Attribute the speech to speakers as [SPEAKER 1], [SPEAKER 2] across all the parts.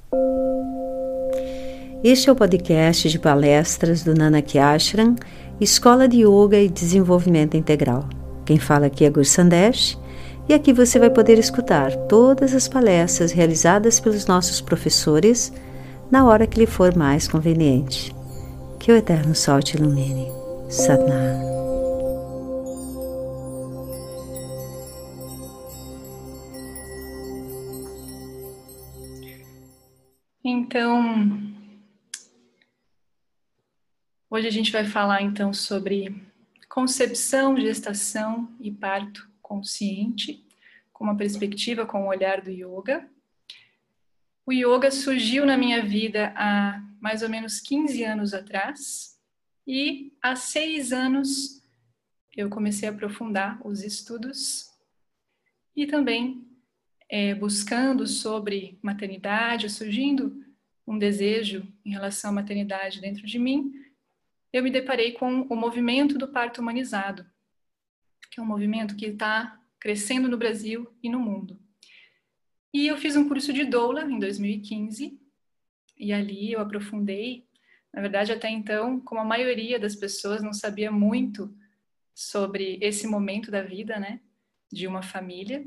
[SPEAKER 1] Este é o podcast de palestras do Nanak Ashram, Escola de Yoga e Desenvolvimento Integral. Quem fala aqui é Gur Sandesh, e aqui você vai poder escutar todas as palestras realizadas pelos nossos professores na hora que lhe for mais conveniente. Que o Eterno Sol te ilumine. Satnam.
[SPEAKER 2] Então, hoje a gente vai falar então sobre concepção, gestação e parto consciente, com uma perspectiva, com o olhar do yoga. O yoga surgiu na minha vida há mais ou menos 15 anos atrás e há 6 anos eu comecei a aprofundar os estudos e também buscando sobre maternidade, surgindo um desejo em relação à maternidade dentro de mim, eu me deparei com o movimento do parto humanizado, que é um movimento que está crescendo no Brasil e no mundo. E eu fiz um curso de doula em 2015, e ali eu aprofundei. Na verdade, até então, como a maioria das pessoas não sabia muito sobre esse momento da vida, né, de uma família.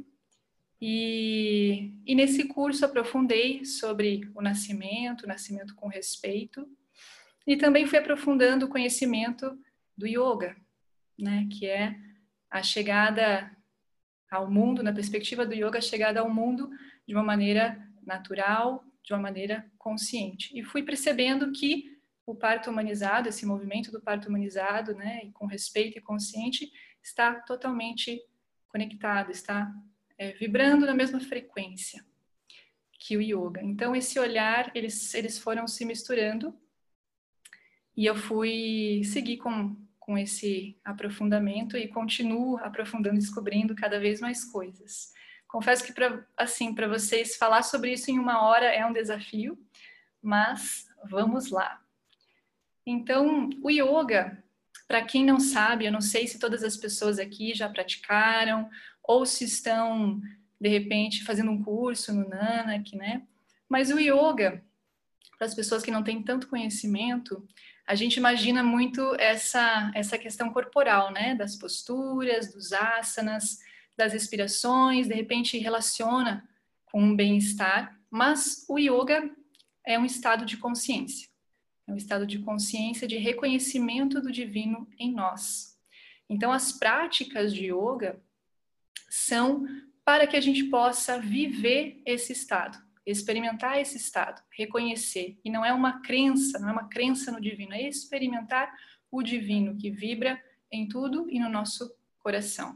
[SPEAKER 2] E nesse curso aprofundei sobre o nascimento com respeito, e também fui aprofundando o conhecimento do yoga, né, que é a chegada ao mundo, na perspectiva do yoga, a chegada ao mundo de uma maneira natural, de uma maneira consciente. E fui percebendo que o parto humanizado, esse movimento do parto humanizado, né, e com respeito e consciente, está totalmente conectado, está vibrando na mesma frequência que o yoga. Então, esse olhar, eles foram se misturando, e eu fui seguir com esse aprofundamento e continuo aprofundando, descobrindo cada vez mais coisas. Confesso que para vocês falar sobre isso em 1 hora é um desafio, mas vamos lá. Então, o yoga, para quem não sabe, eu não sei se todas as pessoas aqui já praticaram ou se estão, de repente, fazendo um curso no Nanak, né? Mas o yoga, para as pessoas que não têm tanto conhecimento, a gente imagina muito essa questão corporal, né? Das posturas, dos asanas, das respirações, de repente relaciona com um bem-estar, mas o yoga é um estado de consciência. É um estado de consciência, de reconhecimento do divino em nós. Então, as práticas de yoga são para que a gente possa viver esse estado, experimentar esse estado, reconhecer. E não é uma crença no divino, é experimentar o divino que vibra em tudo e no nosso coração.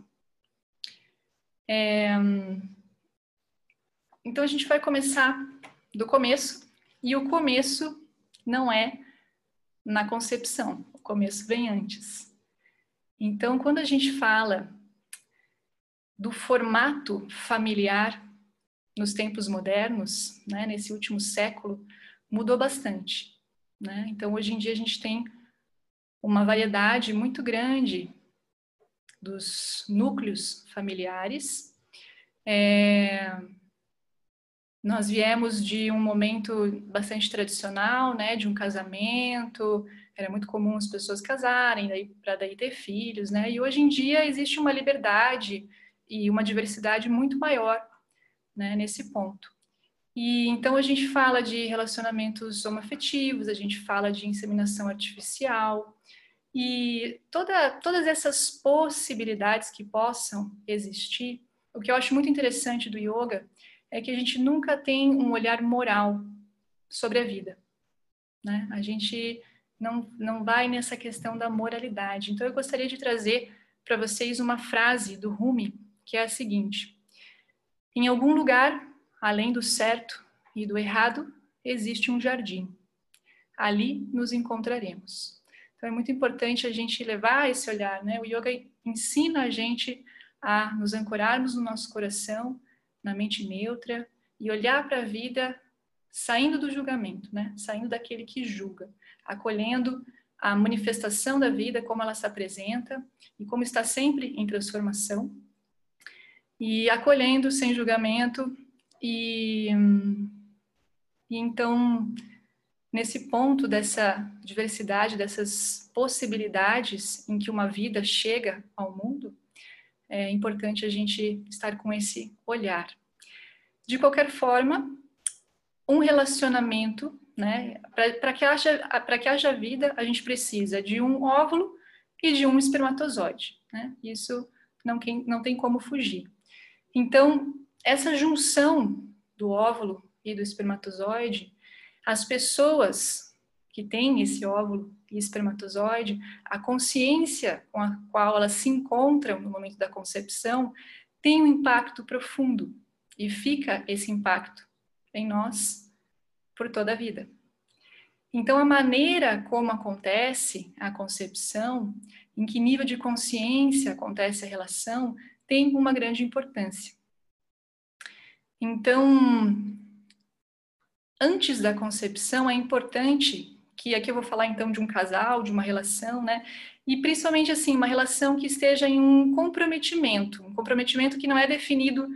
[SPEAKER 2] Então, a gente vai começar do começo, e o começo não é na concepção, o começo vem antes. Então, quando a gente fala do formato familiar nos tempos modernos, né, nesse último século, mudou bastante, né? Então, hoje em dia, a gente tem uma variedade muito grande dos núcleos familiares. Nós viemos de um momento bastante tradicional, né, de um casamento, era muito comum as pessoas casarem, para daí ter filhos, né? E hoje em dia existe uma liberdade e uma diversidade muito maior, né, nesse ponto. E então a gente fala de relacionamentos homoafetivos, a gente fala de inseminação artificial, e todas essas possibilidades que possam existir. O que eu acho muito interessante do yoga é que a gente nunca tem um olhar moral sobre a vida, né? A gente não vai nessa questão da moralidade. Então eu gostaria de trazer para vocês uma frase do Rumi, que é a seguinte: em algum lugar, além do certo e do errado, existe um jardim. Ali nos encontraremos. Então é muito importante a gente levar esse olhar, né? O yoga ensina a gente a nos ancorarmos no nosso coração, na mente neutra, e olhar para a vida saindo do julgamento, né? Saindo daquele que julga, acolhendo a manifestação da vida, como ela se apresenta e como está sempre em transformação, e acolhendo sem julgamento e E então, nesse ponto dessa diversidade, dessas possibilidades em que uma vida chega ao mundo, é importante a gente estar com esse olhar. De qualquer forma, um relacionamento, né, para que haja vida, a gente precisa de um óvulo e de um espermatozoide, né? Isso não tem como fugir. Então, essa junção do óvulo e do espermatozoide, as pessoas que têm esse óvulo e espermatozoide, a consciência com a qual elas se encontram no momento da concepção, tem um impacto profundo e fica esse impacto em nós por toda a vida. Então, a maneira como acontece a concepção, em que nível de consciência acontece a relação, tem uma grande importância. Então, antes da concepção, é importante que, aqui eu vou falar então de um casal, de uma relação, né? E principalmente assim, uma relação que esteja em um comprometimento que não é definido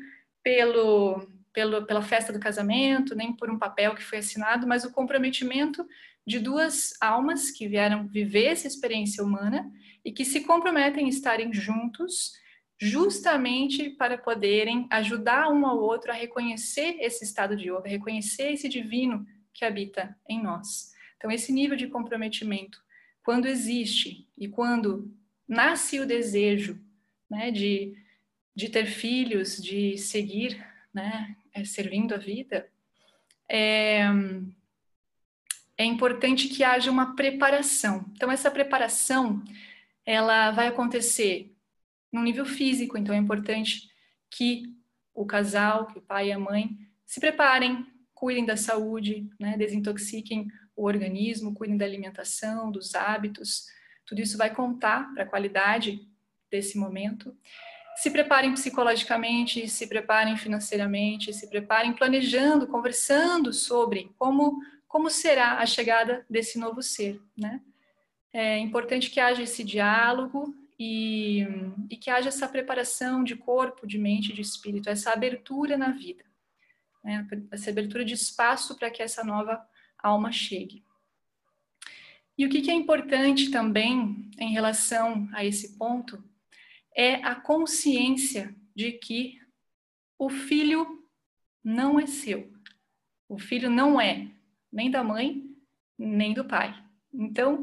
[SPEAKER 2] pela festa do casamento, nem por um papel que foi assinado, mas o comprometimento de duas almas que vieram viver essa experiência humana e que se comprometem a estarem juntos, justamente para poderem ajudar um ao outro a reconhecer esse estado de yoga, reconhecer esse divino que habita em nós. Então, esse nível de comprometimento, quando existe e quando nasce o desejo, né, de ter filhos, de seguir, né, servindo a vida, é importante que haja uma preparação. Então, essa preparação, ela vai acontecer no nível físico, então é importante que o casal, que o pai e a mãe, se preparem, cuidem da saúde, né, desintoxiquem o organismo, cuidem da alimentação, dos hábitos, tudo isso vai contar para a qualidade desse momento. Se preparem psicologicamente, se preparem financeiramente, se preparem planejando, conversando sobre como será a chegada desse novo ser, né? É importante que haja esse diálogo e que haja essa preparação de corpo, de mente, de espírito, essa abertura na vida, né? Essa abertura de espaço para que essa nova alma chegue. E o que é importante também em relação a esse ponto é a consciência de que o filho não é seu. O filho não é nem da mãe, nem do pai. Então,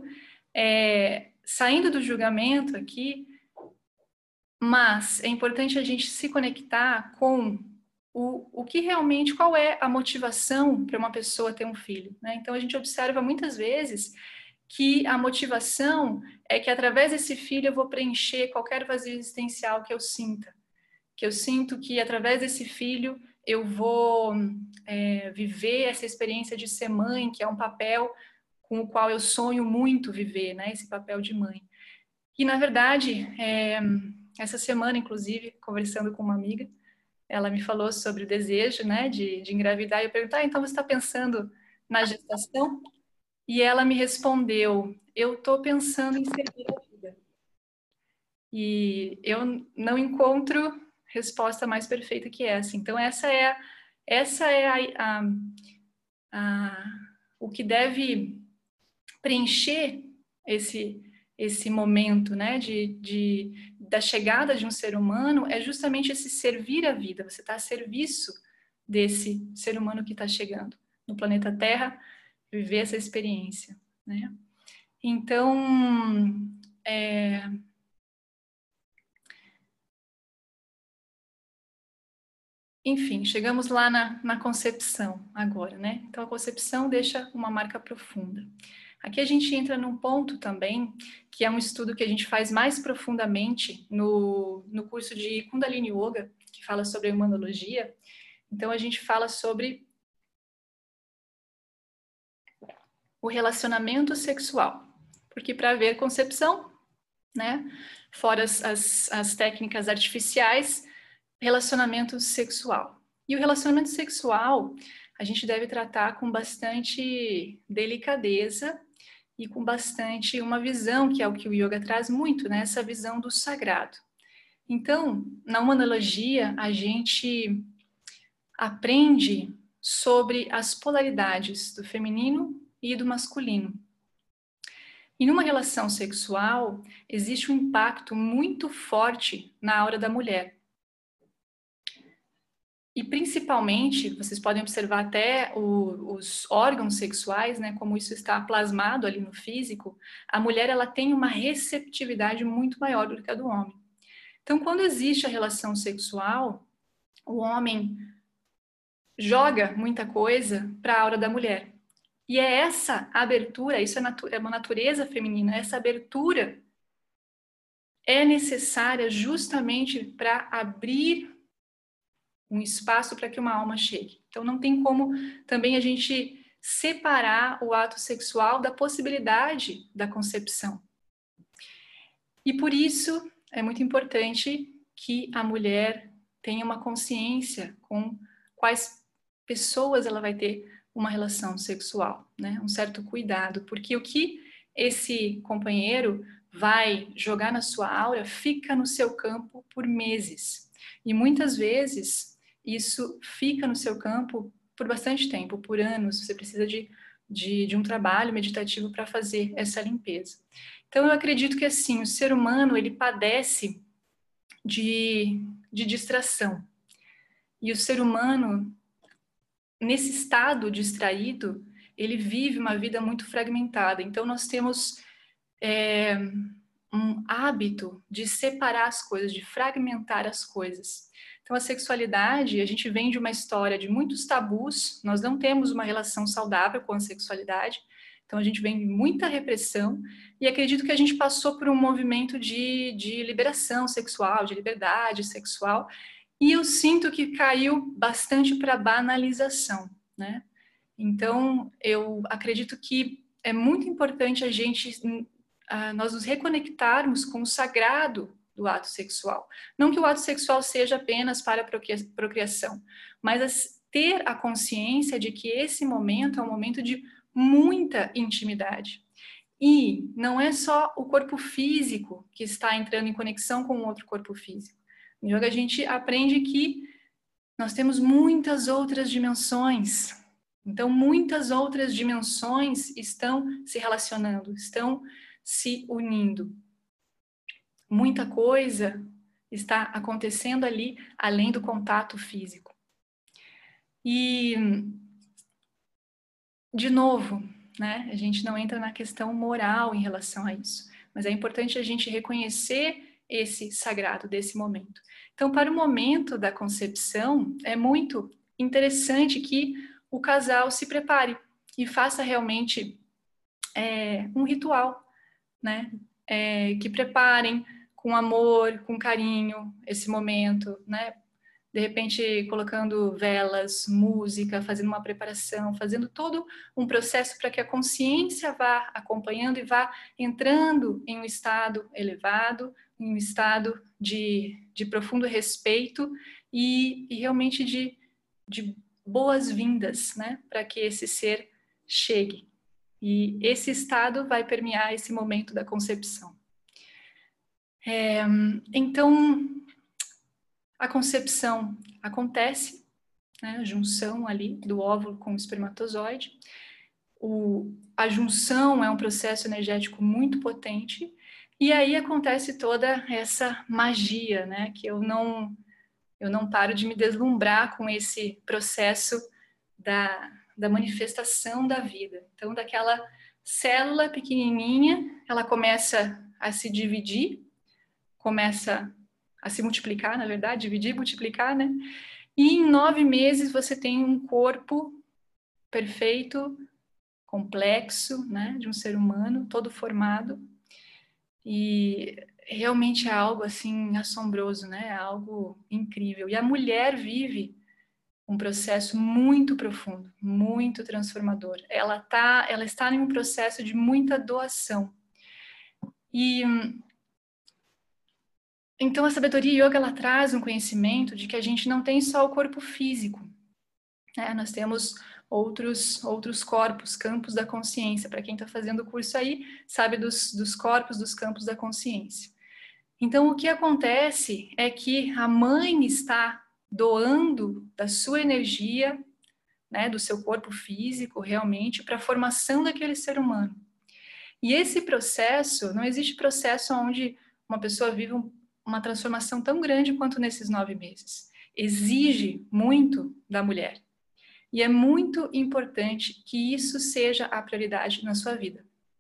[SPEAKER 2] saindo do julgamento aqui, mas é importante a gente se conectar com o que realmente, qual é a motivação para uma pessoa ter um filho, né? Então, a gente observa muitas vezes que a motivação é que através desse filho eu vou preencher qualquer vazio existencial que eu sinta. Que eu sinto que através desse filho eu vou viver essa experiência de ser mãe, que é um papel com o qual eu sonho muito viver, né? Esse papel de mãe. E, na verdade, essa semana, inclusive, conversando com uma amiga, ela me falou sobre o desejo, né, de engravidar, e eu perguntei, então você está pensando na gestação? E ela me respondeu, eu estou pensando em servir a vida. E eu não encontro resposta mais perfeita que essa. Então, essa é o que deve preencher esse momento, né, da chegada de um ser humano, é justamente esse servir a vida. Você está a serviço desse ser humano que está chegando no planeta Terra, viver essa experiência, né? Então, enfim, chegamos lá na concepção agora, né? Então, a concepção deixa uma marca profunda. Aqui a gente entra num ponto também, que é um estudo que a gente faz mais profundamente no curso de Kundalini Yoga, que fala sobre a imunologia. Então, a gente fala sobre o relacionamento sexual. Porque para haver concepção, né, fora as técnicas artificiais, relacionamento sexual. E o relacionamento sexual a gente deve tratar com bastante delicadeza e com bastante uma visão, que é o que o yoga traz muito, né? Essa visão do sagrado. Então, na humanologia, a gente aprende sobre as polaridades do feminino e do masculino. E numa relação sexual, existe um impacto muito forte na aura da mulher. E principalmente, vocês podem observar até os órgãos sexuais, né, como isso está plasmado ali no físico, a mulher ela tem uma receptividade muito maior do que a do homem. Então, quando existe a relação sexual, o homem joga muita coisa para a aura da mulher. E é essa abertura, isso é uma natureza feminina, essa abertura é necessária justamente para abrir um espaço para que uma alma chegue. Então não tem como também a gente separar o ato sexual da possibilidade da concepção. E por isso é muito importante que a mulher tenha uma consciência com quais pessoas ela vai ter uma relação sexual, né? Um certo cuidado, porque o que esse companheiro vai jogar na sua aura fica no seu campo por meses. E muitas vezes isso fica no seu campo por bastante tempo, por anos. Você precisa de um trabalho meditativo para fazer essa limpeza. Então, eu acredito que, assim, o ser humano, ele padece de distração. E o ser humano, nesse estado distraído, ele vive uma vida muito fragmentada. Então, nós temos um hábito de separar as coisas, de fragmentar as coisas. Então, a sexualidade, a gente vem de uma história de muitos tabus, nós não temos uma relação saudável com a sexualidade, então a gente vem de muita repressão, e acredito que a gente passou por um movimento de liberação sexual, de liberdade sexual, e eu sinto que caiu bastante para banalização, né? Então, eu acredito que é muito importante a gente nós nos reconectarmos com o sagrado do ato sexual. Não que o ato sexual seja apenas para a procriação, mas ter a consciência de que esse momento é um momento de muita intimidade. E não é só o corpo físico que está entrando em conexão com o outro corpo físico. No yoga a gente aprende que nós temos muitas outras dimensões. Então, muitas outras dimensões estão se relacionando, estão se unindo. Muita coisa está acontecendo ali, além do contato físico. E, de novo, né, a gente não entra na questão moral em relação a isso, mas é importante a gente reconhecer esse sagrado desse momento. Então, para o momento da concepção, é muito interessante que o casal se prepare e faça realmente um ritual, né? Que preparem com amor, com carinho esse momento, né? De repente colocando velas, música, fazendo uma preparação, fazendo todo um processo para que a consciência vá acompanhando e vá entrando em um estado elevado, em um estado de profundo respeito e realmente de boas-vindas, né? Para que esse ser chegue. E esse estado vai permear esse momento da concepção. Então, a concepção acontece, né, a junção ali do óvulo com o espermatozoide. A junção é um processo energético muito potente, e aí acontece toda essa magia, né, que eu não paro de me deslumbrar com esse processo da manifestação da vida. Então, daquela célula pequenininha, ela começa a se dividir, começa a se multiplicar, na verdade, dividir, multiplicar, né? E em 9 meses você tem um corpo perfeito, complexo, né? De um ser humano, todo formado. E realmente é algo, assim, assombroso, né? É algo incrível. E a mulher vive um processo muito profundo, muito transformador. Ela está em um processo de muita doação. E então a sabedoria yoga ela traz um conhecimento de que a gente não tem só o corpo físico, né? Nós temos outros corpos, campos da consciência. Para quem está fazendo o curso aí, sabe dos corpos, dos campos da consciência. Então, o que acontece é que a mãe está doando da sua energia né, do seu corpo físico, realmente, para a formação daquele ser humano. E esse processo, não existe processo onde uma pessoa vive uma transformação tão grande quanto nesses 9 meses. Exige muito da mulher. E é muito importante que isso seja a prioridade na sua vida.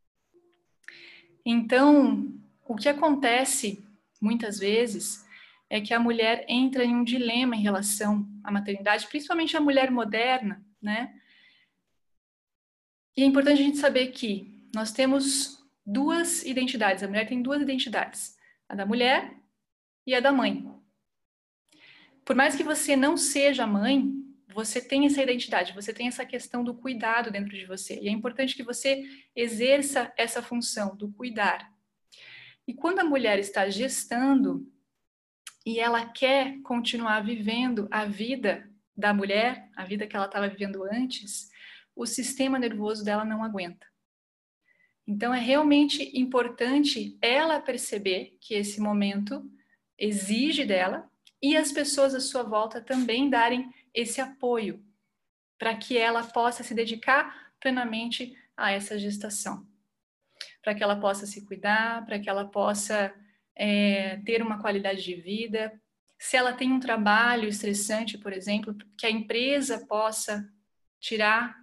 [SPEAKER 2] Então, o que acontece muitas vezes é que a mulher entra em um dilema em relação à maternidade, principalmente a mulher moderna, né? E é importante a gente saber que nós temos 2 identidades. A mulher tem 2 identidades: a da mulher e a da mãe. Por mais que você não seja mãe, você tem essa identidade, você tem essa questão do cuidado dentro de você. E é importante que você exerça essa função do cuidar. E quando a mulher está gestando e ela quer continuar vivendo a vida da mulher, a vida que ela estava vivendo antes, o sistema nervoso dela não aguenta. Então é realmente importante ela perceber que esse momento exige dela e as pessoas à sua volta também darem esse apoio para que ela possa se dedicar plenamente a essa gestação, para que ela possa se cuidar, para que ela possa ter uma qualidade de vida. Se ela tem um trabalho estressante, por exemplo, que a empresa possa tirar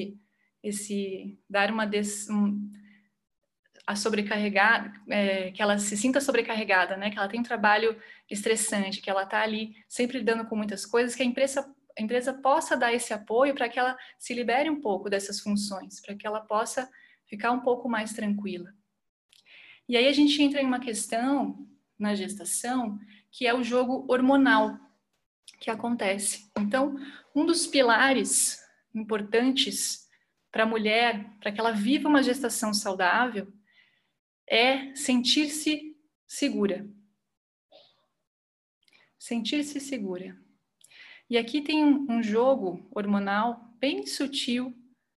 [SPEAKER 2] dar a sobrecarregar, que ela se sinta sobrecarregada, né? Que ela tem um trabalho estressante, que ela está ali sempre lidando com muitas coisas, que a empresa possa dar esse apoio para que ela se libere um pouco dessas funções, para que ela possa ficar um pouco mais tranquila. E aí a gente entra em uma questão na gestação, que é o jogo hormonal que acontece. Então, um dos pilares importantes para a mulher, para que ela viva uma gestação saudável, é sentir-se segura. Sentir-se segura. E aqui tem um jogo hormonal bem sutil,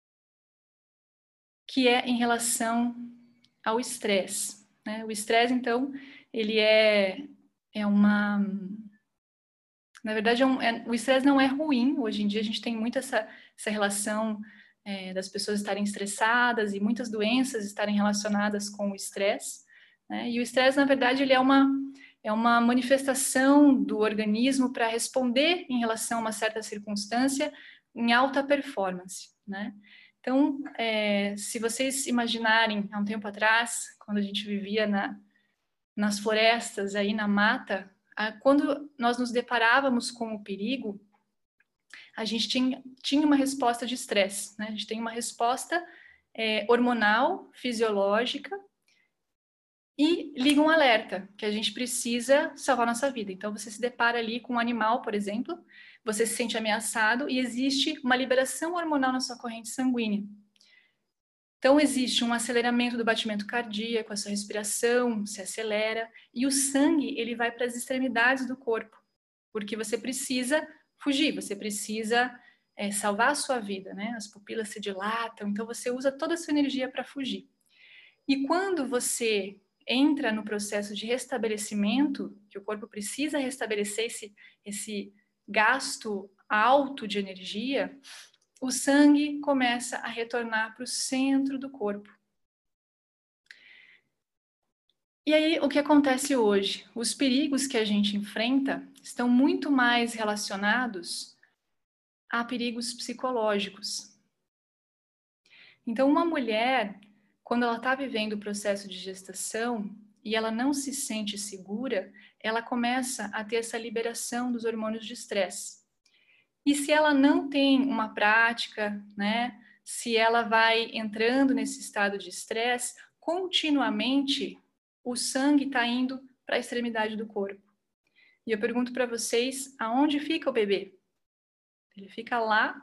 [SPEAKER 2] que é em relação ao estresse, né? O estresse, então, ele é uma... Na verdade, o estresse não é ruim. Hoje em dia, a gente tem muito essa relação das pessoas estarem estressadas e muitas doenças estarem relacionadas com o estresse, né? E o estresse, na verdade, ele é uma manifestação do organismo para responder em relação a uma certa circunstância em alta performance, né? Então, se vocês imaginarem, há um tempo atrás, quando a gente vivia nas florestas, aí na mata, quando nós nos deparávamos com o perigo, a gente tinha uma resposta de estresse, né? A gente tem uma resposta hormonal, fisiológica, e liga um alerta, que a gente precisa salvar nossa vida. Então, você se depara ali com um animal, por exemplo, você se sente ameaçado e existe uma liberação hormonal na sua corrente sanguínea. Então, existe um aceleramento do batimento cardíaco, a sua respiração se acelera e o sangue ele vai para as extremidades do corpo, porque você precisa fugir, você precisa salvar a sua vida, né? As pupilas se dilatam, então você usa toda a sua energia para fugir. E quando você entra no processo de restabelecimento, que o corpo precisa restabelecer esse gasto alto de energia, o sangue começa a retornar para o centro do corpo. E aí, o que acontece hoje? Os perigos que a gente enfrenta estão muito mais relacionados a perigos psicológicos. Então, uma mulher, quando ela está vivendo o processo de gestação e ela não se sente segura, ela começa a ter essa liberação dos hormônios de estresse. E se ela não tem uma prática, né, se ela vai entrando nesse estado de estresse, continuamente o sangue está indo para a extremidade do corpo. E eu pergunto para vocês, aonde fica o bebê? Ele fica lá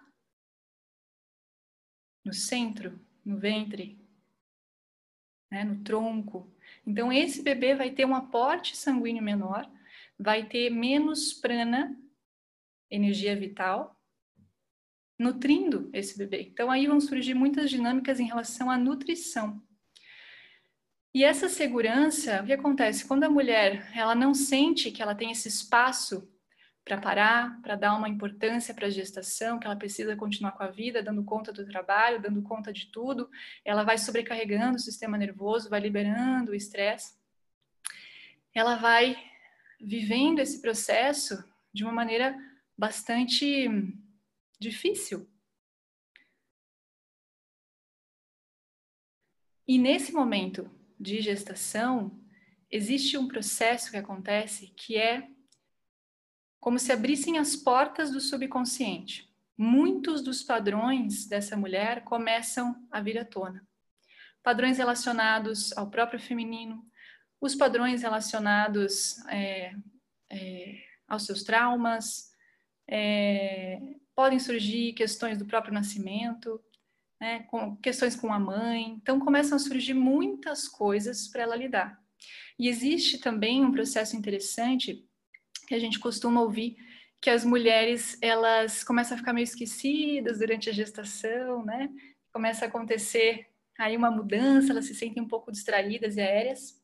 [SPEAKER 2] no centro, no ventre, né, no tronco. Então, esse bebê vai ter um aporte sanguíneo menor, vai ter menos prana, energia vital, nutrindo esse bebê. Então, aí vão surgir muitas dinâmicas em relação à nutrição. E essa segurança, o que acontece? Quando a mulher ela não sente que ela tem esse espaço para parar, para dar uma importância para a gestação, que ela precisa continuar com a vida, dando conta do trabalho, dando conta de tudo. Ela vai sobrecarregando o sistema nervoso, vai liberando o estresse. Ela vai vivendo esse processo de uma maneira bastante difícil. E nesse momento de gestação, existe um processo que acontece que é como se abrissem as portas do subconsciente. Muitos dos padrões dessa mulher começam a vir à tona. Padrões relacionados ao próprio feminino, os padrões relacionados aos seus traumas, podem surgir questões do próprio nascimento, né, questões com a mãe. Então, começam a surgir muitas coisas para ela lidar. E existe também um processo interessante que a gente costuma ouvir, que as mulheres, elas começam a ficar meio esquecidas durante a gestação, né? Começa a acontecer aí uma mudança, elas se sentem um pouco distraídas e aéreas.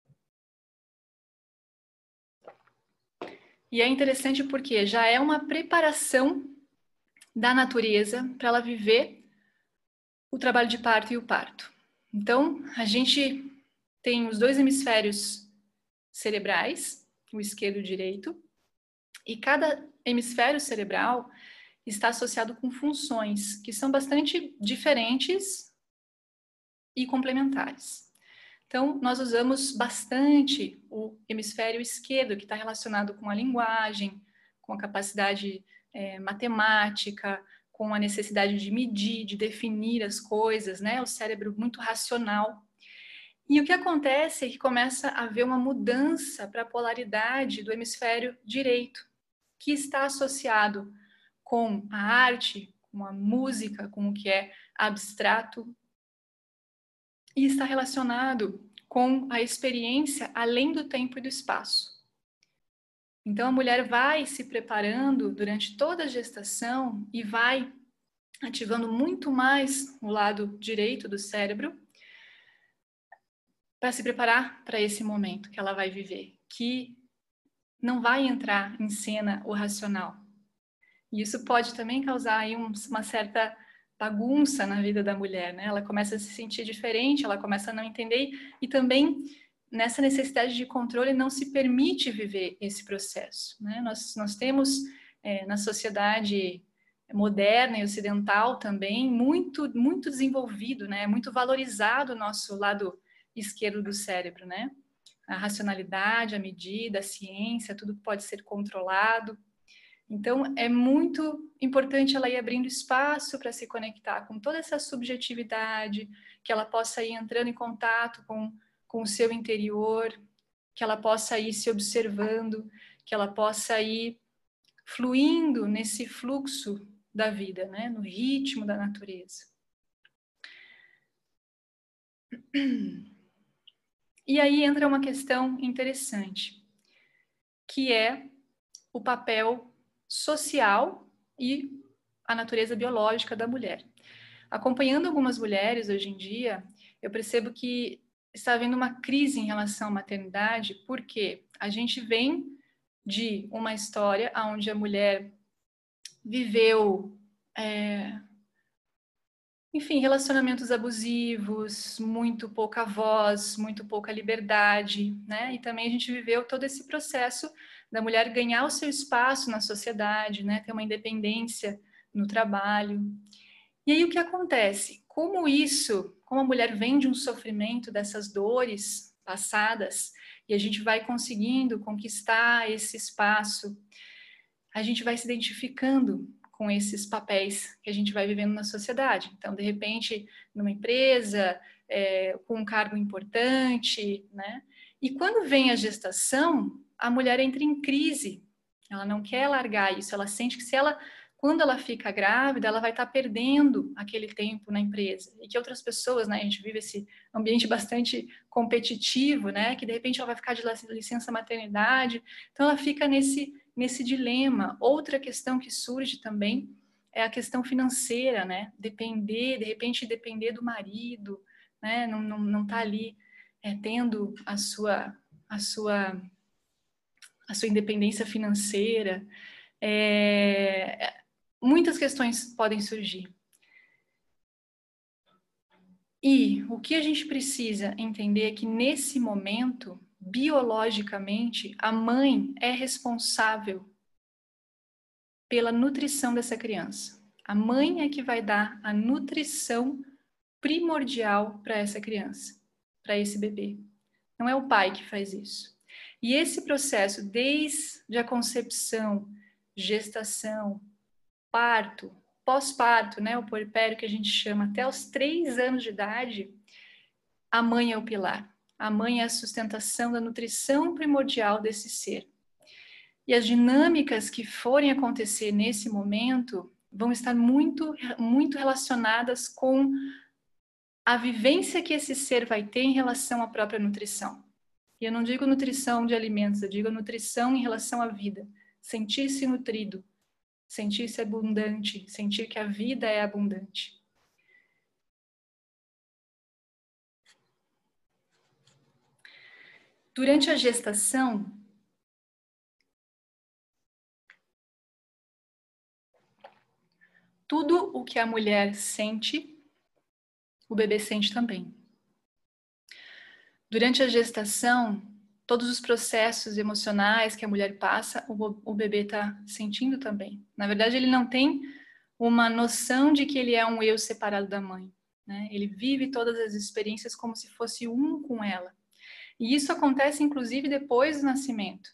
[SPEAKER 2] E é interessante porque já é uma preparação da natureza para ela viver o trabalho de parto e o parto. Então, a gente tem os dois hemisférios cerebrais, o esquerdo e o direito, e cada hemisfério cerebral está associado com funções que são bastante diferentes e complementares. Então, nós usamos bastante o hemisfério esquerdo, que está relacionado com a linguagem, com a capacidade matemática, com a necessidade de medir, de definir as coisas, né? O cérebro muito racional. E o que acontece é que começa a haver uma mudança para a polaridade do hemisfério direito, que está associado com a arte, com a música, com o que é abstrato, e está relacionado com a experiência além do tempo e do espaço. Então, a mulher vai se preparando durante toda a gestação e vai ativando muito mais o lado direito do cérebro para se preparar para esse momento que ela vai viver, que não vai entrar em cena o racional. E isso pode também causar aí uma certa bagunça na vida da mulher, né? Ela começa a se sentir diferente, ela começa a não entender e também nessa necessidade de controle não se permite viver esse processo, né? Nós temos na sociedade moderna e ocidental também muito desenvolvido, né? Muito valorizado o nosso lado esquerdo do cérebro, né? A racionalidade, a medida, a ciência, tudo pode ser controlado. Então, é muito importante ela ir abrindo espaço para se conectar com toda essa subjetividade, que ela possa ir entrando em contato com o seu interior, que ela possa ir se observando, que ela possa ir fluindo nesse fluxo da vida, né? No ritmo da natureza. E aí entra uma questão interessante, que é o papel social e a natureza biológica da mulher. Acompanhando algumas mulheres hoje em dia, eu percebo que está havendo uma crise em relação à maternidade, porque a gente vem de uma história onde a mulher viveu, enfim, relacionamentos abusivos, muito pouca voz, muito pouca liberdade, né? E também a gente viveu todo esse processo da mulher ganhar o seu espaço na sociedade, né? Ter uma independência no trabalho. E aí o que acontece? Como a mulher vem de um sofrimento dessas dores passadas, e a gente vai conseguindo conquistar esse espaço, a gente vai se identificando com esses papéis que a gente vai vivendo na sociedade. Então, de repente, numa empresa, com um cargo importante, né? E quando vem a gestação, a mulher entra em crise. Ela não quer largar isso. Ela sente que quando ela fica grávida, ela vai estar perdendo aquele tempo na empresa. E que outras pessoas, né? A gente vive esse ambiente bastante competitivo, né? Que de repente ela vai ficar de licença maternidade. Então, ela fica nesse dilema. Outra questão que surge também é a questão financeira, né? De repente depender do marido, né? Não tá ali tendo a sua a sua independência financeira. Muitas questões podem surgir. E o que a gente precisa entender é que nesse momento, biologicamente, a mãe é responsável pela nutrição dessa criança. A mãe é que vai dar a nutrição primordial para essa criança, para esse bebê. Não é o pai que faz isso. E esse processo, desde a concepção, gestação, parto, pós-parto, né, o puerpério que a gente chama, até os 3 anos de idade, a mãe é o pilar. A mãe é a sustentação da nutrição primordial desse ser. E as dinâmicas que forem acontecer nesse momento vão estar muito, muito relacionadas com a vivência que esse ser vai ter em relação à própria nutrição. E eu não digo nutrição de alimentos, eu digo nutrição em relação à vida. Sentir-se nutrido, sentir-se abundante, sentir que a vida é abundante. Durante a gestação, tudo o que a mulher sente, o bebê sente também. Durante a gestação, todos os processos emocionais que a mulher passa, o bebê está sentindo também. Na verdade, ele não tem uma noção de que ele é um eu separado da mãe, né? Ele vive todas as experiências como se fosse um com ela. E isso acontece, inclusive, depois do nascimento.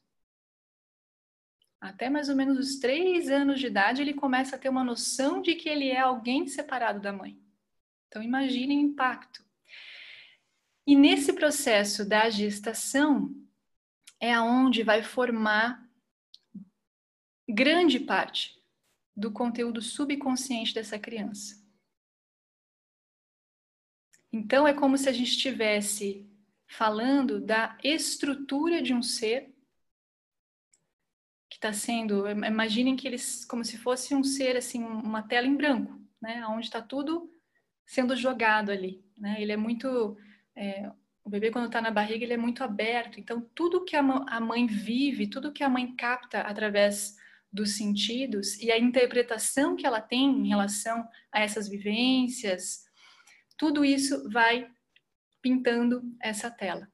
[SPEAKER 2] Até mais ou menos os 3 anos de idade, ele começa a ter uma noção de que ele é alguém separado da mãe. Então, imaginem o impacto. E nesse processo da gestação, é aonde vai formar grande parte do conteúdo subconsciente dessa criança. Então, é como se a gente estivesse falando da estrutura de um ser que está sendo, imaginem que eles como se fosse um ser assim, uma tela em branco, né, onde está tudo sendo jogado ali, né? Ele é muito, o bebê quando está na barriga ele é muito aberto, então tudo que a mãe vive, tudo que a mãe capta através dos sentidos e a interpretação que ela tem em relação a essas vivências, tudo isso vai pintando essa tela.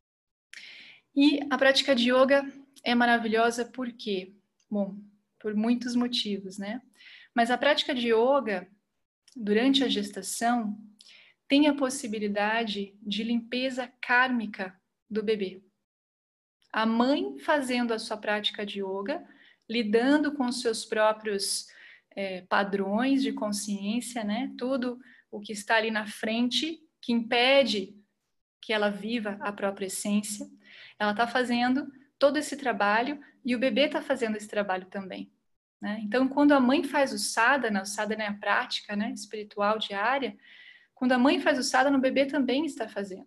[SPEAKER 2] E a prática de yoga é maravilhosa por quê? Bom, por muitos motivos, né? Mas a prática de yoga, durante a gestação, tem a possibilidade de limpeza kármica do bebê. A mãe fazendo a sua prática de yoga, lidando com os seus próprios padrões de consciência, né? Tudo o que está ali na frente, que impede que ela viva a própria essência, ela está fazendo todo esse trabalho e o bebê está fazendo esse trabalho também. Né? Então, quando a mãe faz o sadhana é a prática, né, espiritual diária, quando a mãe faz o sadhana, o bebê também está fazendo.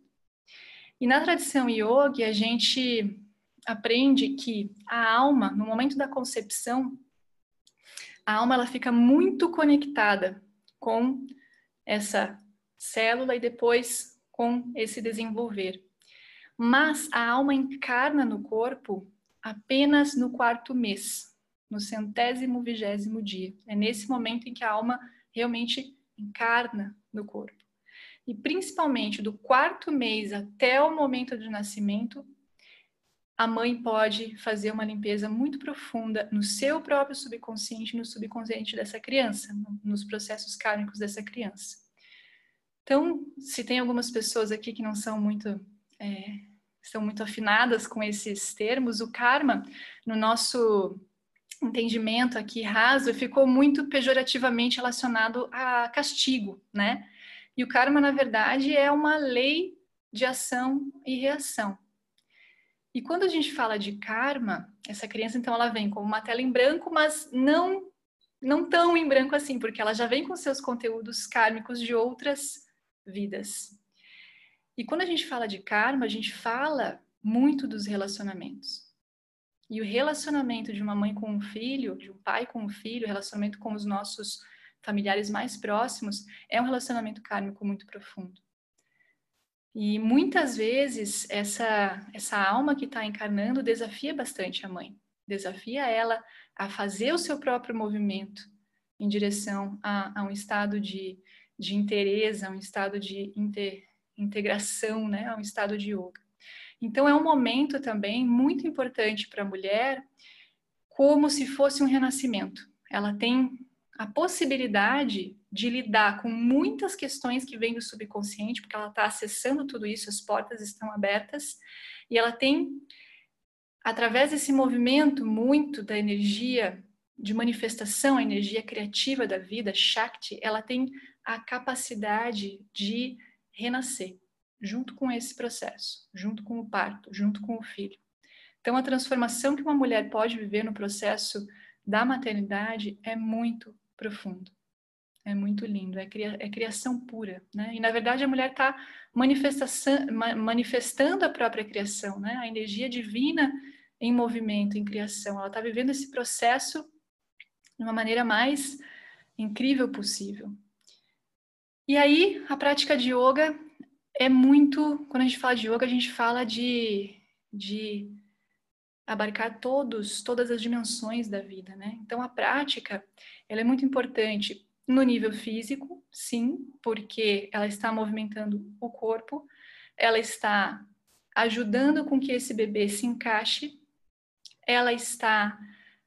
[SPEAKER 2] E na tradição yoga, a gente aprende que a alma, no momento da concepção, a alma ela fica muito conectada com essa célula e depois com esse desenvolver. Mas a alma encarna no corpo apenas no 4º mês, no 120º dia. É nesse momento em que a alma realmente encarna no corpo. E principalmente do 4º mês até o momento do nascimento, a mãe pode fazer uma limpeza muito profunda no seu próprio subconsciente, no subconsciente dessa criança, nos processos kármicos dessa criança. Então, se tem algumas pessoas aqui que não são muito, estão muito afinadas com esses termos, o karma, no nosso entendimento aqui raso, ficou muito pejorativamente relacionado a castigo, né? E o karma, na verdade, é uma lei de ação e reação. E quando a gente fala de karma, essa criança, então, ela vem como uma tela em branco, mas não tão em branco assim, porque ela já vem com seus conteúdos kármicos de outras vidas. E quando a gente fala de karma, a gente fala muito dos relacionamentos. E o relacionamento de uma mãe com um filho, de um pai com um filho, o relacionamento com os nossos familiares mais próximos, é um relacionamento kármico muito profundo. E muitas vezes essa alma que está encarnando desafia bastante a mãe, desafia ela a fazer o seu próprio movimento em direção a um estado de interesse, a um estado de integração, né, a um estado de yoga. Então é um momento também muito importante para a mulher, como se fosse um renascimento. Ela tem a possibilidade de lidar com muitas questões que vêm do subconsciente, porque ela está acessando tudo isso, as portas estão abertas, e ela tem, através desse movimento muito da energia de manifestação, a energia criativa da vida, Shakti, ela tem a capacidade de renascer, junto com esse processo, junto com o parto, junto com o filho. Então, a transformação que uma mulher pode viver no processo da maternidade é muito profundo, é muito lindo, é criação pura, né? E, na verdade, a mulher está manifestando a própria criação, né? A energia divina em movimento, em criação. Ela está vivendo esse processo de uma maneira mais incrível possível. E aí, a prática de yoga é muito... Quando a gente fala de yoga, a gente fala de abarcar todas as dimensões da vida, né? Então, a prática, ela é muito importante no nível físico, sim, porque ela está movimentando o corpo, ela está ajudando com que esse bebê se encaixe, ela está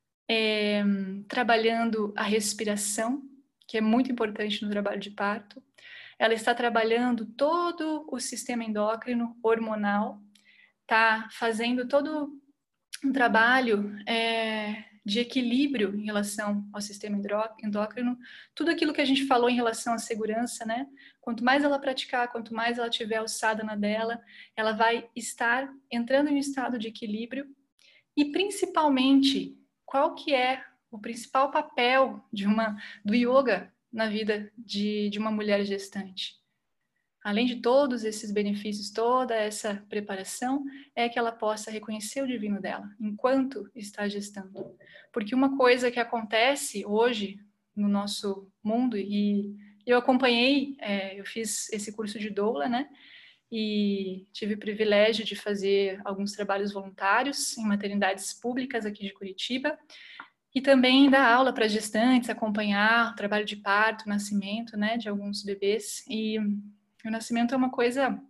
[SPEAKER 2] trabalhando a respiração, que é muito importante no trabalho de parto, ela está trabalhando todo o sistema endócrino, hormonal, está fazendo todo um trabalho de equilíbrio em relação ao sistema endócrino, tudo aquilo que a gente falou em relação à segurança, né? Quanto mais ela praticar, quanto mais ela tiver alçada na dela, ela vai estar entrando em um estado de equilíbrio. E principalmente, qual que é o principal papel do yoga na vida de uma mulher gestante? Além de todos esses benefícios, toda essa preparação, é que ela possa reconhecer o divino dela, enquanto está gestando. Porque uma coisa que acontece hoje no nosso mundo, e eu acompanhei, eu fiz esse curso de doula, né? E tive o privilégio de fazer alguns trabalhos voluntários em maternidades públicas aqui de Curitiba, e também dar aula para gestantes, acompanhar o trabalho de parto, nascimento, né, de alguns bebês. E o nascimento é uma coisa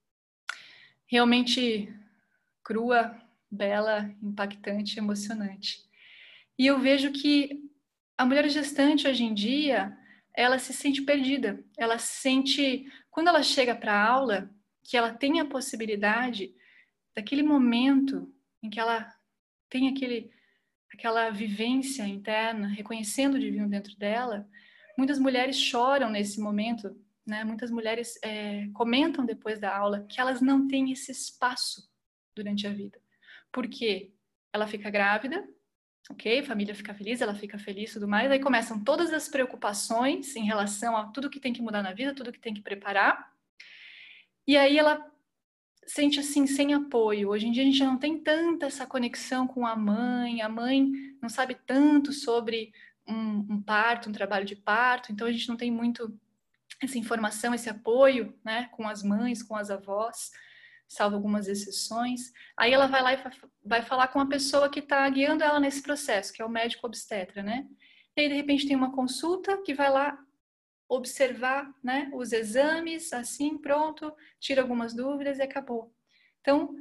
[SPEAKER 2] realmente crua, bela, impactante, emocionante. E eu vejo que a mulher gestante hoje em dia, ela se sente perdida. Ela se sente, quando ela chega para a aula, que ela tem a possibilidade daquele momento em que ela tem aquela vivência interna, reconhecendo o divino dentro dela. Muitas mulheres choram nesse momento, né? Muitas mulheres comentam depois da aula que elas não têm esse espaço durante a vida. Por quê? Ela fica grávida, ok? A família fica feliz, ela fica feliz e tudo mais. Aí começam todas as preocupações em relação a tudo que tem que mudar na vida, tudo que tem que preparar. E aí ela sente assim, sem apoio. Hoje em dia a gente não tem tanta essa conexão com a mãe não sabe tanto sobre um parto, um trabalho de parto, então a gente não tem muito essa informação, esse apoio, né, com as mães, com as avós, salvo algumas exceções. Aí ela vai lá e vai falar com a pessoa que está guiando ela nesse processo, que é o médico obstetra, né? E aí, de repente, tem uma consulta que vai lá observar, né, os exames, assim, pronto, tira algumas dúvidas e acabou. Então,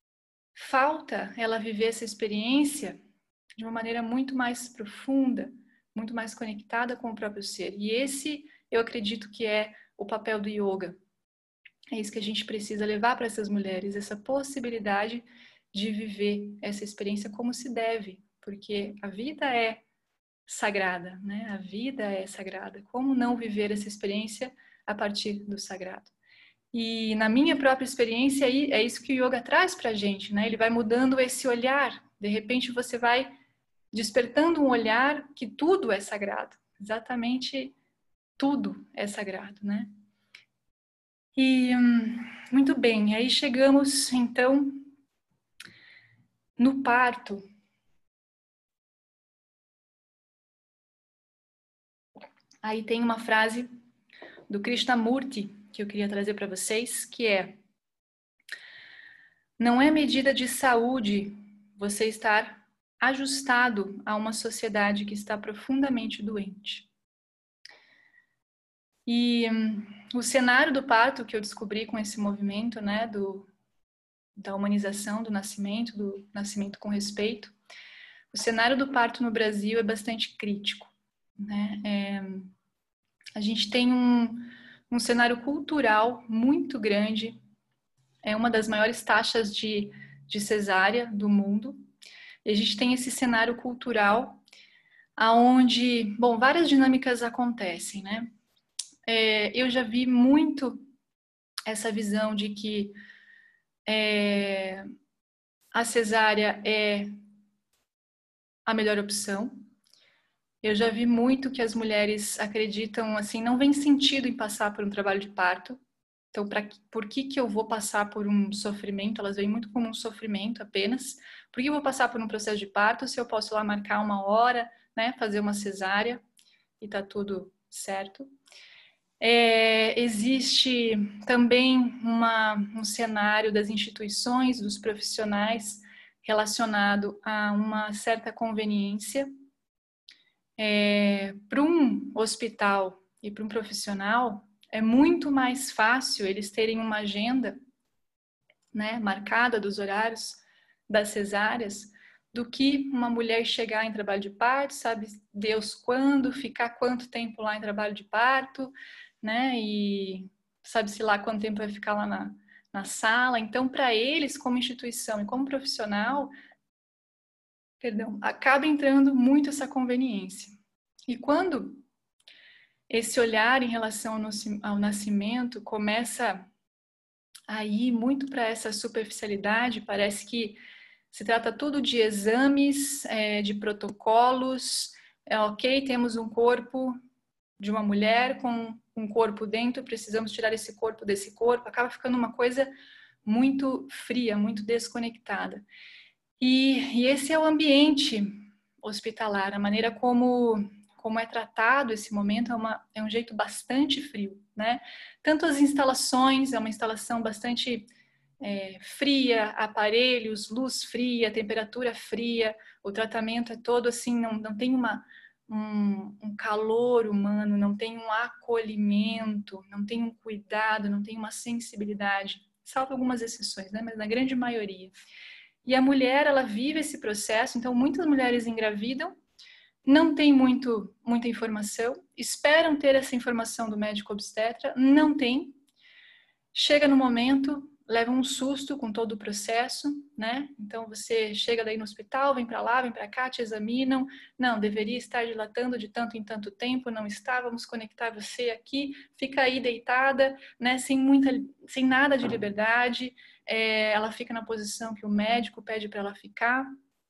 [SPEAKER 2] falta ela viver essa experiência de uma maneira muito mais profunda, muito mais conectada com o próprio ser. E esse, eu acredito que é o papel do yoga. É isso que a gente precisa levar para essas mulheres, essa possibilidade de viver essa experiência como se deve, porque a vida é sagrada, né? A vida é sagrada. Como não viver essa experiência a partir do sagrado? E na minha própria experiência, é isso que o yoga traz para a gente, né? Ele vai mudando esse olhar. De repente você vai despertando um olhar que tudo é sagrado. Exatamente tudo é sagrado, né? E muito bem, aí chegamos então no parto. Aí tem uma frase do Krishnamurti que eu queria trazer para vocês, que é: Não é medida de saúde você estar ajustado a uma sociedade que está profundamente doente. E o cenário do parto que eu descobri com esse movimento, né, da humanização do nascimento com respeito, o cenário do parto no Brasil é bastante crítico, né? A gente tem um cenário cultural muito grande, é uma das maiores taxas de cesárea do mundo, e a gente tem esse cenário cultural aonde, bom, várias dinâmicas acontecem, né? Eu já vi muito essa visão de que a cesárea é a melhor opção. Eu já vi muito que as mulheres acreditam, assim, não vem sentido em passar por um trabalho de parto. Então, por que eu vou passar por um sofrimento? Elas veem muito como um sofrimento apenas. Por que eu vou passar por um processo de parto se eu posso lá marcar uma hora, né, fazer uma cesárea e tá tudo certo? Existe também um cenário das instituições, dos profissionais, relacionado a uma certa conveniência. Para um hospital e para um profissional, é muito mais fácil eles terem uma agenda, né, marcada dos horários das cesáreas, do que uma mulher chegar em trabalho de parto, sabe Deus quando, ficar quanto tempo lá em trabalho de parto, né, e sabe-se lá quanto tempo vai ficar lá na sala. Então, para eles, como instituição e como profissional, acaba entrando muito essa conveniência. E quando esse olhar em relação ao nascimento começa a ir muito para essa superficialidade, parece que se trata tudo de exames, de protocolos, ok, temos um corpo de uma mulher com um corpo dentro, precisamos tirar esse corpo desse corpo, acaba ficando uma coisa muito fria, muito desconectada. E esse é o ambiente hospitalar, a maneira como é tratado esse momento é um jeito bastante frio, né? Tanto as instalações, é uma instalação bastante fria, aparelhos, luz fria, temperatura fria, o tratamento é todo assim, não tem um calor humano, não tem um acolhimento, não tem um cuidado, não tem uma sensibilidade, salvo algumas exceções, né? Mas na grande maioria. E a mulher, ela vive esse processo, então muitas mulheres engravidam, não tem muita informação, esperam ter essa informação do médico obstetra, não tem, chega no momento, leva um susto com todo o processo, né? Então você chega daí no hospital, vem para lá, vem para cá, te examinam, não, deveria estar dilatando de tanto em tanto tempo, não está, vamos conectar você aqui, fica aí deitada, né? Sem nada de liberdade, ela fica na posição que o médico pede para ela ficar.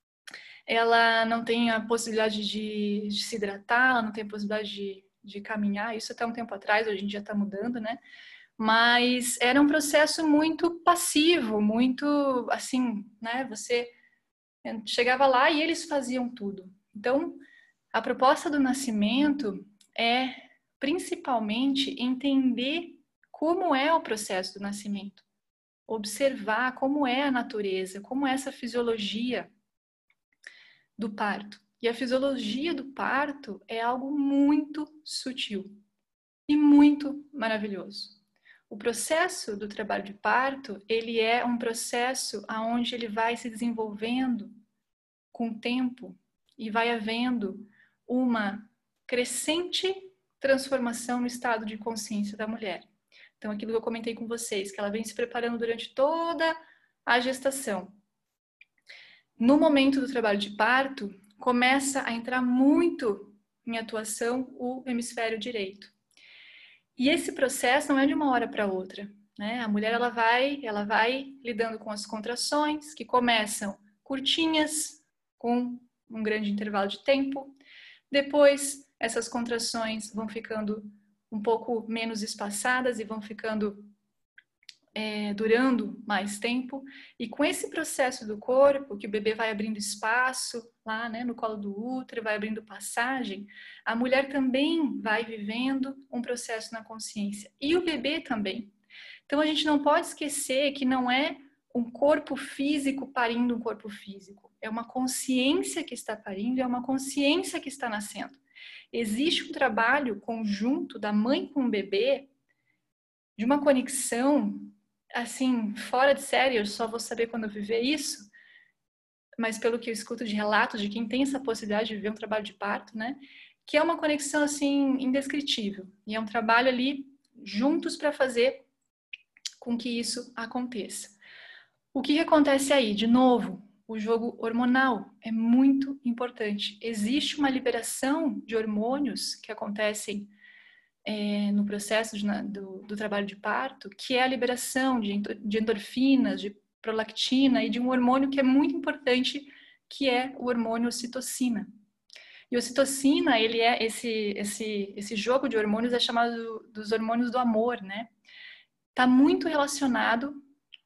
[SPEAKER 2] Ela não tem a possibilidade de se hidratar, ela não tem a possibilidade de caminhar, isso até um tempo atrás, hoje em dia está mudando, né? Mas era um processo muito passivo, muito assim, né? Você chegava lá e eles faziam tudo. Então, a proposta do nascimento é principalmente entender como é o processo do nascimento, observar como é a natureza, como é essa fisiologia do parto. E a fisiologia do parto é algo muito sutil e muito maravilhoso. O processo do trabalho de parto, ele é um processo onde ele vai se desenvolvendo com o tempo e vai havendo uma crescente transformação no estado de consciência da mulher. Então, aquilo que eu comentei com vocês, que ela vem se preparando durante toda a gestação. No momento do trabalho de parto, começa a entrar muito em atuação o hemisfério direito. E esse processo não é de uma hora para outra, né? A mulher ela vai lidando com as contrações que começam curtinhas, com um grande intervalo de tempo. Depois, essas contrações vão ficando um pouco menos espaçadas e vão ficando durando mais tempo, e com esse processo do corpo, que o bebê vai abrindo espaço lá, né, no colo do útero, vai abrindo passagem, a mulher também vai vivendo um processo na consciência, e o bebê também. Então a gente não pode esquecer que não é um corpo físico parindo um corpo físico. É uma consciência que está parindo, é uma consciência que está nascendo. Existe um trabalho conjunto da mãe com o bebê, de uma conexão, assim, fora de série, eu só vou saber quando eu viver isso, mas pelo que eu escuto de relatos de quem tem essa possibilidade de viver um trabalho de parto, né? Que é uma conexão, assim, indescritível. E é um trabalho ali juntos para fazer com que isso aconteça. O que acontece aí? De novo, o jogo hormonal é muito importante. Existe uma liberação de hormônios que acontecem no processo do trabalho de parto, que é a liberação de endorfinas, de prolactina e de um hormônio que é muito importante, que é o hormônio ocitocina. E a ocitocina, ele é esse jogo de hormônios é chamado dos hormônios do amor, né? Está muito relacionado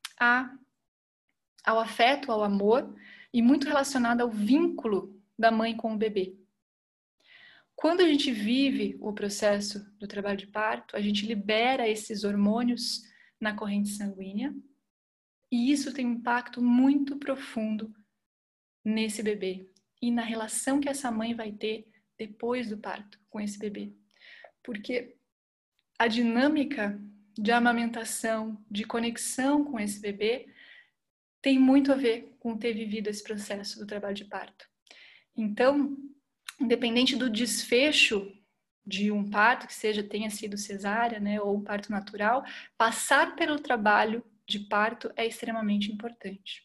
[SPEAKER 2] ao afeto, ao amor, e muito relacionado ao vínculo da mãe com o bebê. Quando a gente vive o processo do trabalho de parto, a gente libera esses hormônios na corrente sanguínea, e isso tem um impacto muito profundo nesse bebê e na relação que essa mãe vai ter depois do parto com esse bebê. Porque a dinâmica de amamentação, de conexão com esse bebê, tem muito a ver com ter vivido esse processo do trabalho de parto. Então, independente do desfecho de um parto, que tenha sido cesárea, né, ou um parto natural, passar pelo trabalho de parto é extremamente importante.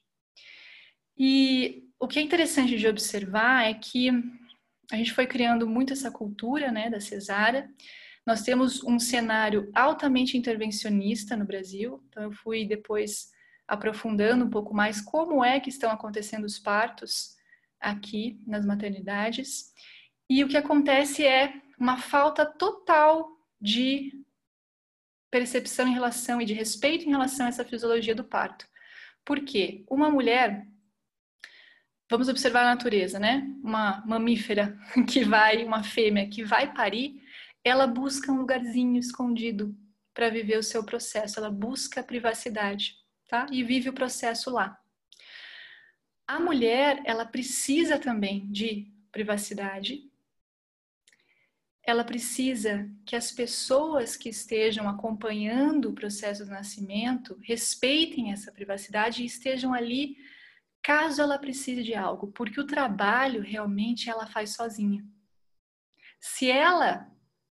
[SPEAKER 2] E o que é interessante de observar é que a gente foi criando muito essa cultura, né, da cesárea. Nós temos um cenário altamente intervencionista no Brasil, então eu fui depois aprofundando um pouco mais como é que estão acontecendo os partos aqui nas maternidades. E o que acontece é uma falta total de percepção em relação e de respeito em relação a essa fisiologia do parto. Por quê? Uma mulher, vamos observar a natureza, né? Uma mamífera uma fêmea que vai parir, ela busca um lugarzinho escondido para viver o seu processo, ela busca a privacidade, tá? E vive o processo lá. A mulher, ela precisa também de privacidade. Ela precisa que as pessoas que estejam acompanhando o processo do nascimento respeitem essa privacidade e estejam ali caso ela precise de algo, porque o trabalho realmente ela faz sozinha. Se ela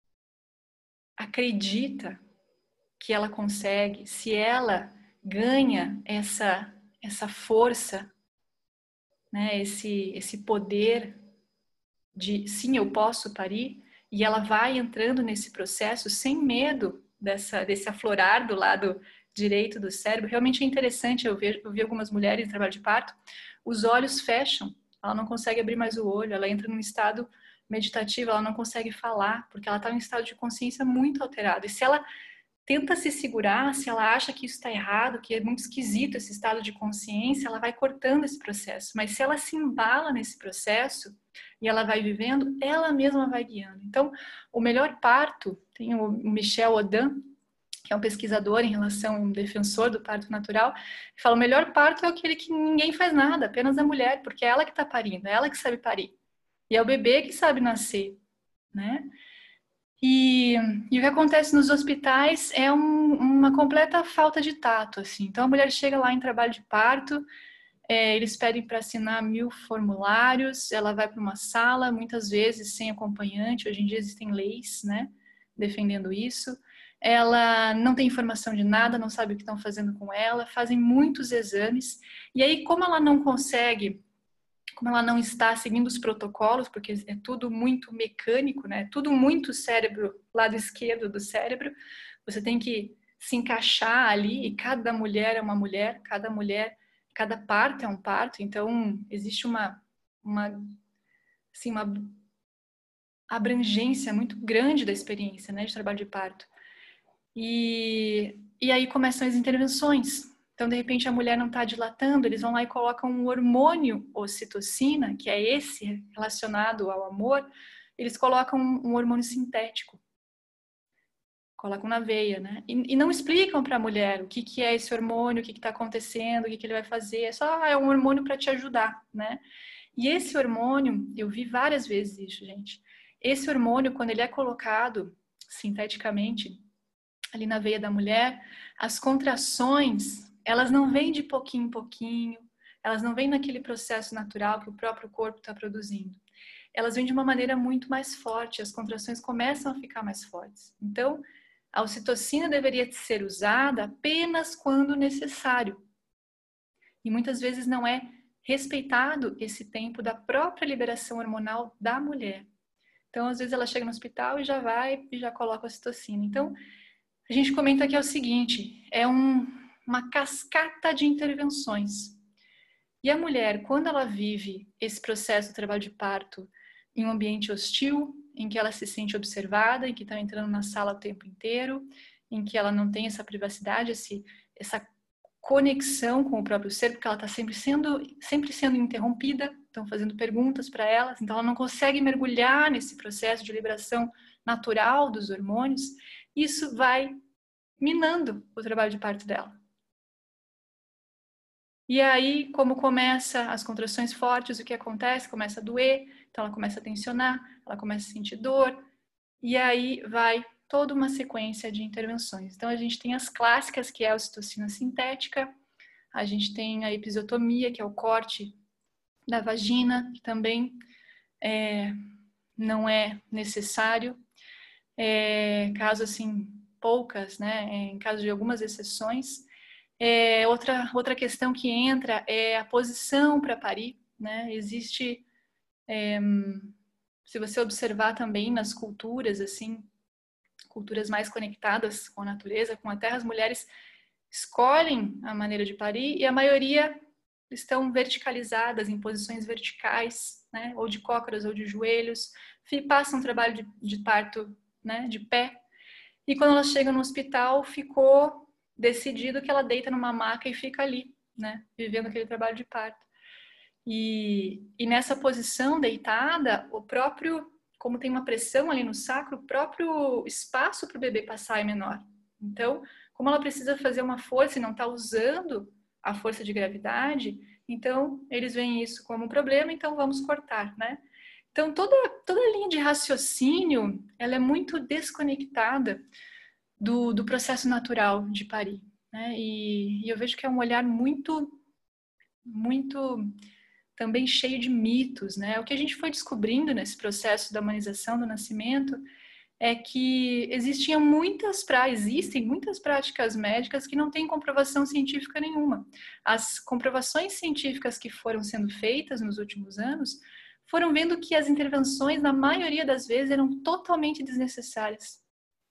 [SPEAKER 2] acredita que ela consegue, se ela ganha essa força, né, esse poder de sim, eu posso parir, e ela vai entrando nesse processo sem medo desse aflorar do lado direito do cérebro. Realmente é interessante, eu vi algumas mulheres em trabalho de parto, os olhos fecham, ela não consegue abrir mais o olho, ela entra num estado meditativo, ela não consegue falar, porque ela está em um estado de consciência muito alterado. E se ela tenta se segurar, se ela acha que isso está errado, que é muito esquisito esse estado de consciência, ela vai cortando esse processo. Mas se ela se embala nesse processo e ela vai vivendo, ela mesma vai guiando. Então, o melhor parto, tem o Michel Odan, que é um pesquisador em relação, um defensor do parto natural, que fala, o melhor parto é aquele que ninguém faz nada, apenas a mulher, porque é ela que está parindo, é ela que sabe parir. E é o bebê que sabe nascer, né? E o que acontece nos hospitais é uma completa falta de tato, assim. Então, a mulher chega lá em trabalho de parto, eles pedem para assinar 1000 formulários, ela vai para uma sala, muitas vezes sem acompanhante, hoje em dia existem leis, né, defendendo isso. Ela não tem informação de nada, não sabe o que estão fazendo com ela, fazem muitos exames, e aí, como ela não está seguindo os protocolos, porque é tudo muito mecânico, né? Tudo muito cérebro, lado esquerdo do cérebro. Você tem que se encaixar ali e cada mulher é uma mulher, cada parto é um parto. Então, existe uma abrangência muito grande da experiência, né, de trabalho de parto. E aí começam as intervenções. Então, de repente, a mulher não está dilatando, eles vão lá e colocam um hormônio ocitocina, que é esse relacionado ao amor, eles colocam um hormônio sintético. colocam na veia, né? E não explicam para a mulher o que é esse hormônio, o que está acontecendo, o que ele vai fazer. É só, é um hormônio para te ajudar, né? E esse hormônio, eu vi várias vezes isso, gente. Esse hormônio, quando ele é colocado sinteticamente ali na veia da mulher, as contrações, elas não vêm de pouquinho em pouquinho, elas não vêm naquele processo natural que o próprio corpo está produzindo. Elas vêm de uma maneira muito mais forte, as contrações começam a ficar mais fortes. Então, a ocitocina deveria ser usada apenas quando necessário. E muitas vezes não é respeitado esse tempo da própria liberação hormonal da mulher. Então, às vezes ela chega no hospital e já vai e já coloca a ocitocina. Então, a gente comenta que é o seguinte, é uma cascata de intervenções. E a mulher, quando ela vive esse processo de trabalho de parto em um ambiente hostil, em que ela se sente observada, em que está entrando na sala o tempo inteiro, em que ela não tem essa privacidade, essa conexão com o próprio ser, porque ela está sempre sendo interrompida, estão fazendo perguntas para ela, então ela não consegue mergulhar nesse processo de liberação natural dos hormônios, isso vai minando o trabalho de parto dela. E aí, como começa as contrações fortes, o que acontece? Começa a doer, então ela começa a tensionar, ela começa a sentir dor, e aí vai toda uma sequência de intervenções. Então a gente tem as clássicas, que é a ocitocina sintética, a gente tem a episiotomia, que é o corte da vagina, que também não é necessário, caso assim, poucas, né, em caso de algumas exceções. Outra questão que entra é a posição para parir, né? Existe, se você observar também nas culturas, assim, culturas mais conectadas com a natureza, com a terra, as mulheres escolhem a maneira de parir e a maioria estão verticalizadas, em posições verticais, né? Ou de cócoras ou de joelhos, passam um trabalho de parto, né? De pé. E quando ela chega no hospital, ficou decidido que ela deita numa maca e fica ali, né? Vivendo aquele trabalho de parto. E nessa posição deitada, o próprio, como tem uma pressão ali no sacro, o próprio espaço para o bebê passar é menor. Então, como ela precisa fazer uma força e não está usando a força de gravidade, então eles veem isso como um problema, então vamos cortar, né? Então, toda a linha de raciocínio, ela é muito desconectada do processo natural de parir, né? E eu vejo que é um olhar muito também cheio de mitos, né? O que a gente foi descobrindo nesse processo da humanização do nascimento é que existem muitas práticas médicas que não têm comprovação científica nenhuma. As comprovações científicas que foram sendo feitas nos últimos anos foram vendo que as intervenções, na maioria das vezes, eram totalmente desnecessárias.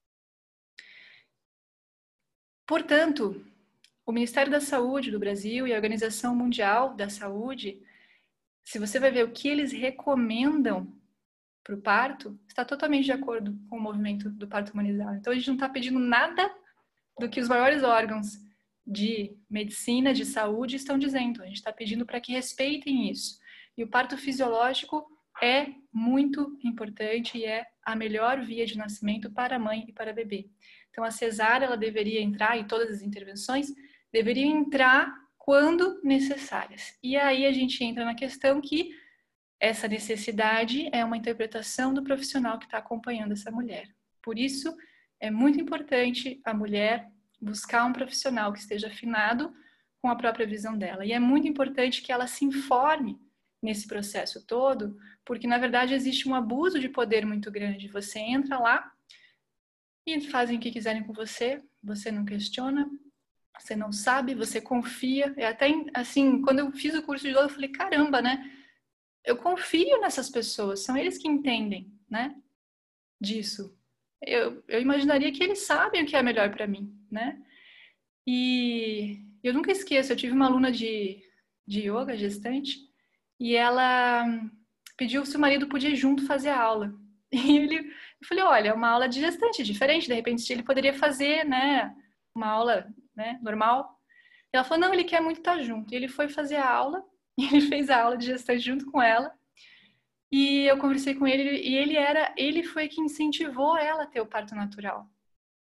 [SPEAKER 2] Portanto, o Ministério da Saúde do Brasil e a Organização Mundial da Saúde, se você vai ver o que eles recomendam para o parto, está totalmente de acordo com o movimento do parto humanizado. Então, a gente não está pedindo nada do que os maiores órgãos de medicina, de saúde estão dizendo. A gente está pedindo para que respeitem isso. E o parto fisiológico é muito importante e é a melhor via de nascimento para a mãe e para o bebê. Então, a cesárea, ela deveria entrar, e todas as intervenções deveriam entrar quando necessárias. E aí a gente entra na questão que essa necessidade é uma interpretação do profissional que está acompanhando essa mulher. Por isso, é muito importante a mulher buscar um profissional que esteja afinado com a própria visão dela. E é muito importante que ela se informe nesse processo todo, porque, na verdade, existe um abuso de poder muito grande. Você entra lá e fazem o que quiserem com você, você não questiona, você não sabe, você confia. É até, assim, quando eu fiz o curso de yoga, eu falei, caramba, né? Eu confio nessas pessoas, são eles que entendem, né, disso. Eu imaginaria que eles sabem o que é melhor para mim, né? E eu nunca esqueço, eu tive uma aluna de yoga, gestante, e ela pediu se o marido podia ir junto fazer a aula. E eu falei, olha, é uma aula de gestante, diferente, de repente ele poderia fazer, né, uma aula, né, normal. E ela falou, não, ele quer muito estar junto. E ele foi fazer a aula, e ele fez a aula de gestante junto com ela. E eu conversei com ele e ele foi quem incentivou ela a ter o parto natural.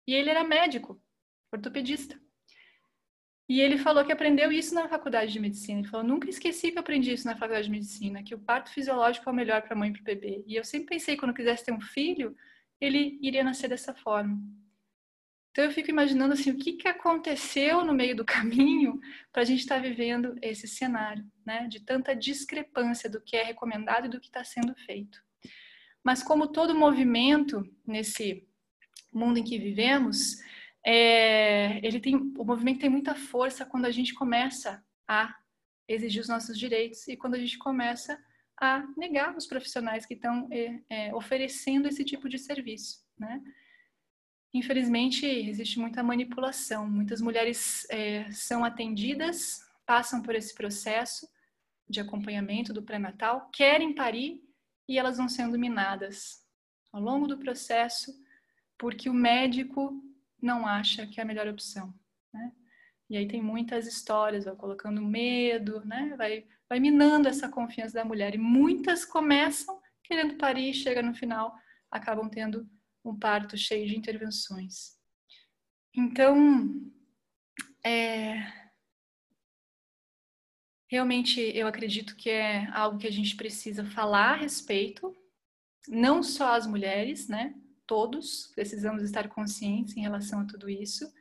[SPEAKER 2] E ele era médico, ortopedista. E ele falou que aprendeu isso na faculdade de medicina. Ele falou, nunca esqueci que eu aprendi isso na faculdade de medicina, que o parto fisiológico é o melhor para a mãe e para o bebê. E eu sempre pensei, quando eu quisesse ter um filho, ele iria nascer dessa forma. Então eu fico imaginando assim, o que aconteceu no meio do caminho para a gente estar vivendo esse cenário, né? De tanta discrepância do que é recomendado e do que está sendo feito. Mas como todo movimento nesse mundo em que vivemos, o movimento tem muita força quando a gente começa a exigir os nossos direitos e quando a gente começa a negar os profissionais que estão oferecendo esse tipo de serviço, né? Infelizmente, existe muita manipulação. Muitas mulheres são atendidas, passam por esse processo de acompanhamento do pré-natal, querem parir e elas vão sendo minadas ao longo do processo porque o médico não acha que é a melhor opção, né? E aí tem muitas histórias, vai colocando medo, né? Vai minando essa confiança da mulher. E muitas começam querendo parir, chega no final, acabam tendo um parto cheio de intervenções. Então, realmente eu acredito que é algo que a gente precisa falar a respeito, não só as mulheres, né? Todos precisamos estar conscientes em relação a tudo isso.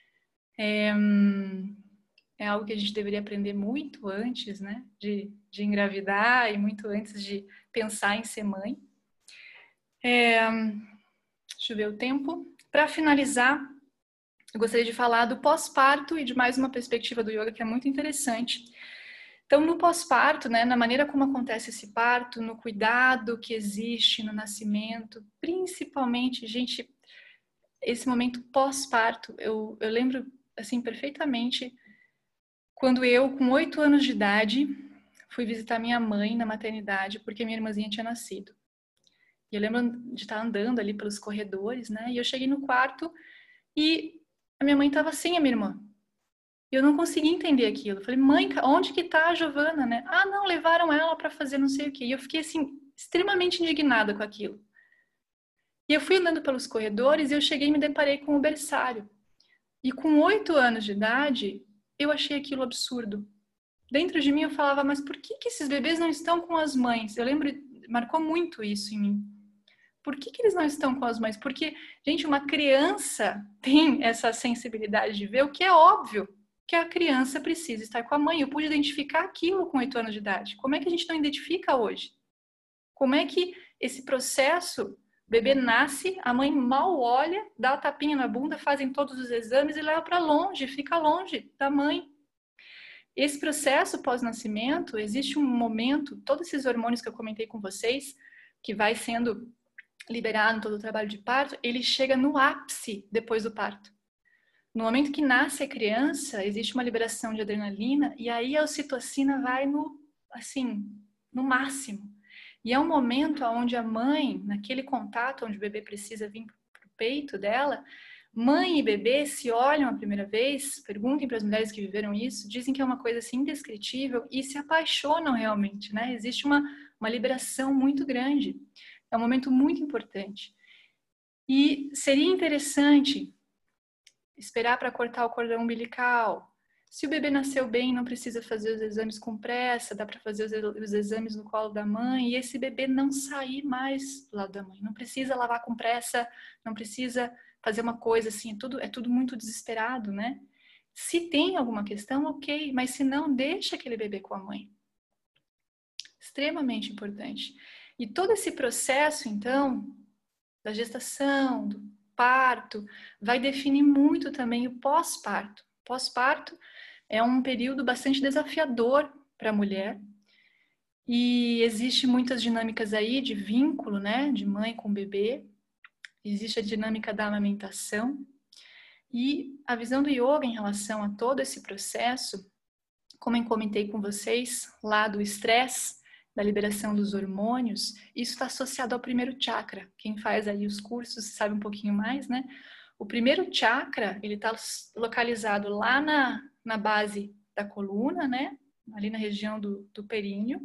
[SPEAKER 2] É algo que a gente deveria aprender muito antes, né? De engravidar e muito antes de pensar em ser mãe. Deixa eu ver o tempo. Para finalizar, eu gostaria de falar do pós-parto e de mais uma perspectiva do yoga que é muito interessante. Então, no pós-parto, né, na maneira como acontece esse parto, no cuidado que existe no nascimento, principalmente, gente, esse momento pós-parto, eu lembro, assim, perfeitamente, quando eu, com 8 anos de idade, fui visitar minha mãe na maternidade, porque minha irmãzinha tinha nascido. E eu lembro de estar andando ali pelos corredores, né, e eu cheguei no quarto e a minha mãe estava sem a minha irmã. Eu não consegui entender aquilo. Eu falei, mãe, onde que tá a Giovana, né? Ah, não, levaram ela para fazer não sei o quê. E eu fiquei, assim, extremamente indignada com aquilo. E eu fui andando pelos corredores e eu cheguei e me deparei com o berçário. E com 8 anos de idade, eu achei aquilo absurdo. Dentro de mim eu falava, mas por que esses bebês não estão com as mães? Eu lembro, marcou muito isso em mim. Por que eles não estão com as mães? Porque, gente, uma criança tem essa sensibilidade de ver o que é óbvio, que a criança precisa estar com a mãe. Eu pude identificar aquilo com 8 anos de idade. Como é que a gente não identifica hoje? Como é que esse processo, o bebê nasce, a mãe mal olha, dá a tapinha na bunda, fazem todos os exames e leva para longe, fica longe da mãe. Esse processo pós-nascimento, existe um momento, todos esses hormônios que eu comentei com vocês, que vai sendo liberado em todo o trabalho de parto, ele chega no ápice depois do parto. No momento que nasce a criança, existe uma liberação de adrenalina e aí a ocitocina vai no máximo. E é um momento onde a mãe, naquele contato onde o bebê precisa vir para o peito dela, mãe e bebê se olham a primeira vez, perguntem para as mulheres que viveram isso, dizem que é uma coisa assim indescritível e se apaixonam realmente, né? Existe uma liberação muito grande. É um momento muito importante. E seria interessante esperar para cortar o cordão umbilical. Se o bebê nasceu bem, não precisa fazer os exames com pressa, dá para fazer os exames no colo da mãe e esse bebê não sair mais do lado da mãe. Não precisa lavar com pressa, não precisa fazer uma coisa assim, é tudo muito desesperado, né? Se tem alguma questão, ok, mas se não, deixa aquele bebê com a mãe. Extremamente importante. E todo esse processo, então, da gestação, do parto, vai definir muito também o pós-parto. Pós-parto é um período bastante desafiador para a mulher e existe muitas dinâmicas aí de vínculo, né, de mãe com bebê. Existe a dinâmica da amamentação e a visão do yoga em relação a todo esse processo, como eu comentei com vocês, lá do estresse, da liberação dos hormônios, isso está associado ao primeiro chakra. Quem faz aí os cursos sabe um pouquinho mais, né? O primeiro chakra, ele está localizado lá na base da coluna, né? Ali na região do períneo.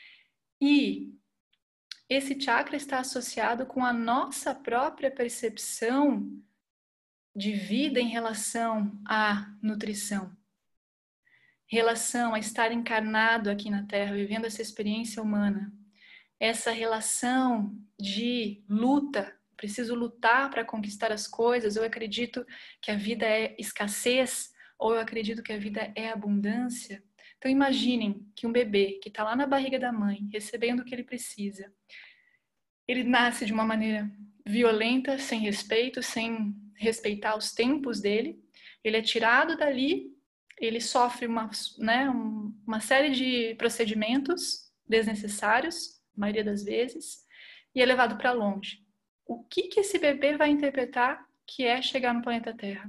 [SPEAKER 2] E esse chakra está associado com a nossa própria percepção de vida em relação à nutrição, relação a estar encarnado aqui na Terra, vivendo essa experiência humana, essa relação de luta, preciso lutar para conquistar as coisas, eu acredito que a vida é escassez, ou eu acredito que a vida é abundância. Então imaginem que um bebê que está lá na barriga da mãe, recebendo o que ele precisa, ele nasce de uma maneira violenta, sem respeito, sem respeitar os tempos dele, ele é tirado dali, ele sofre uma série de procedimentos desnecessários, a maioria das vezes, e é levado para longe. O que esse bebê vai interpretar que é chegar no planeta Terra?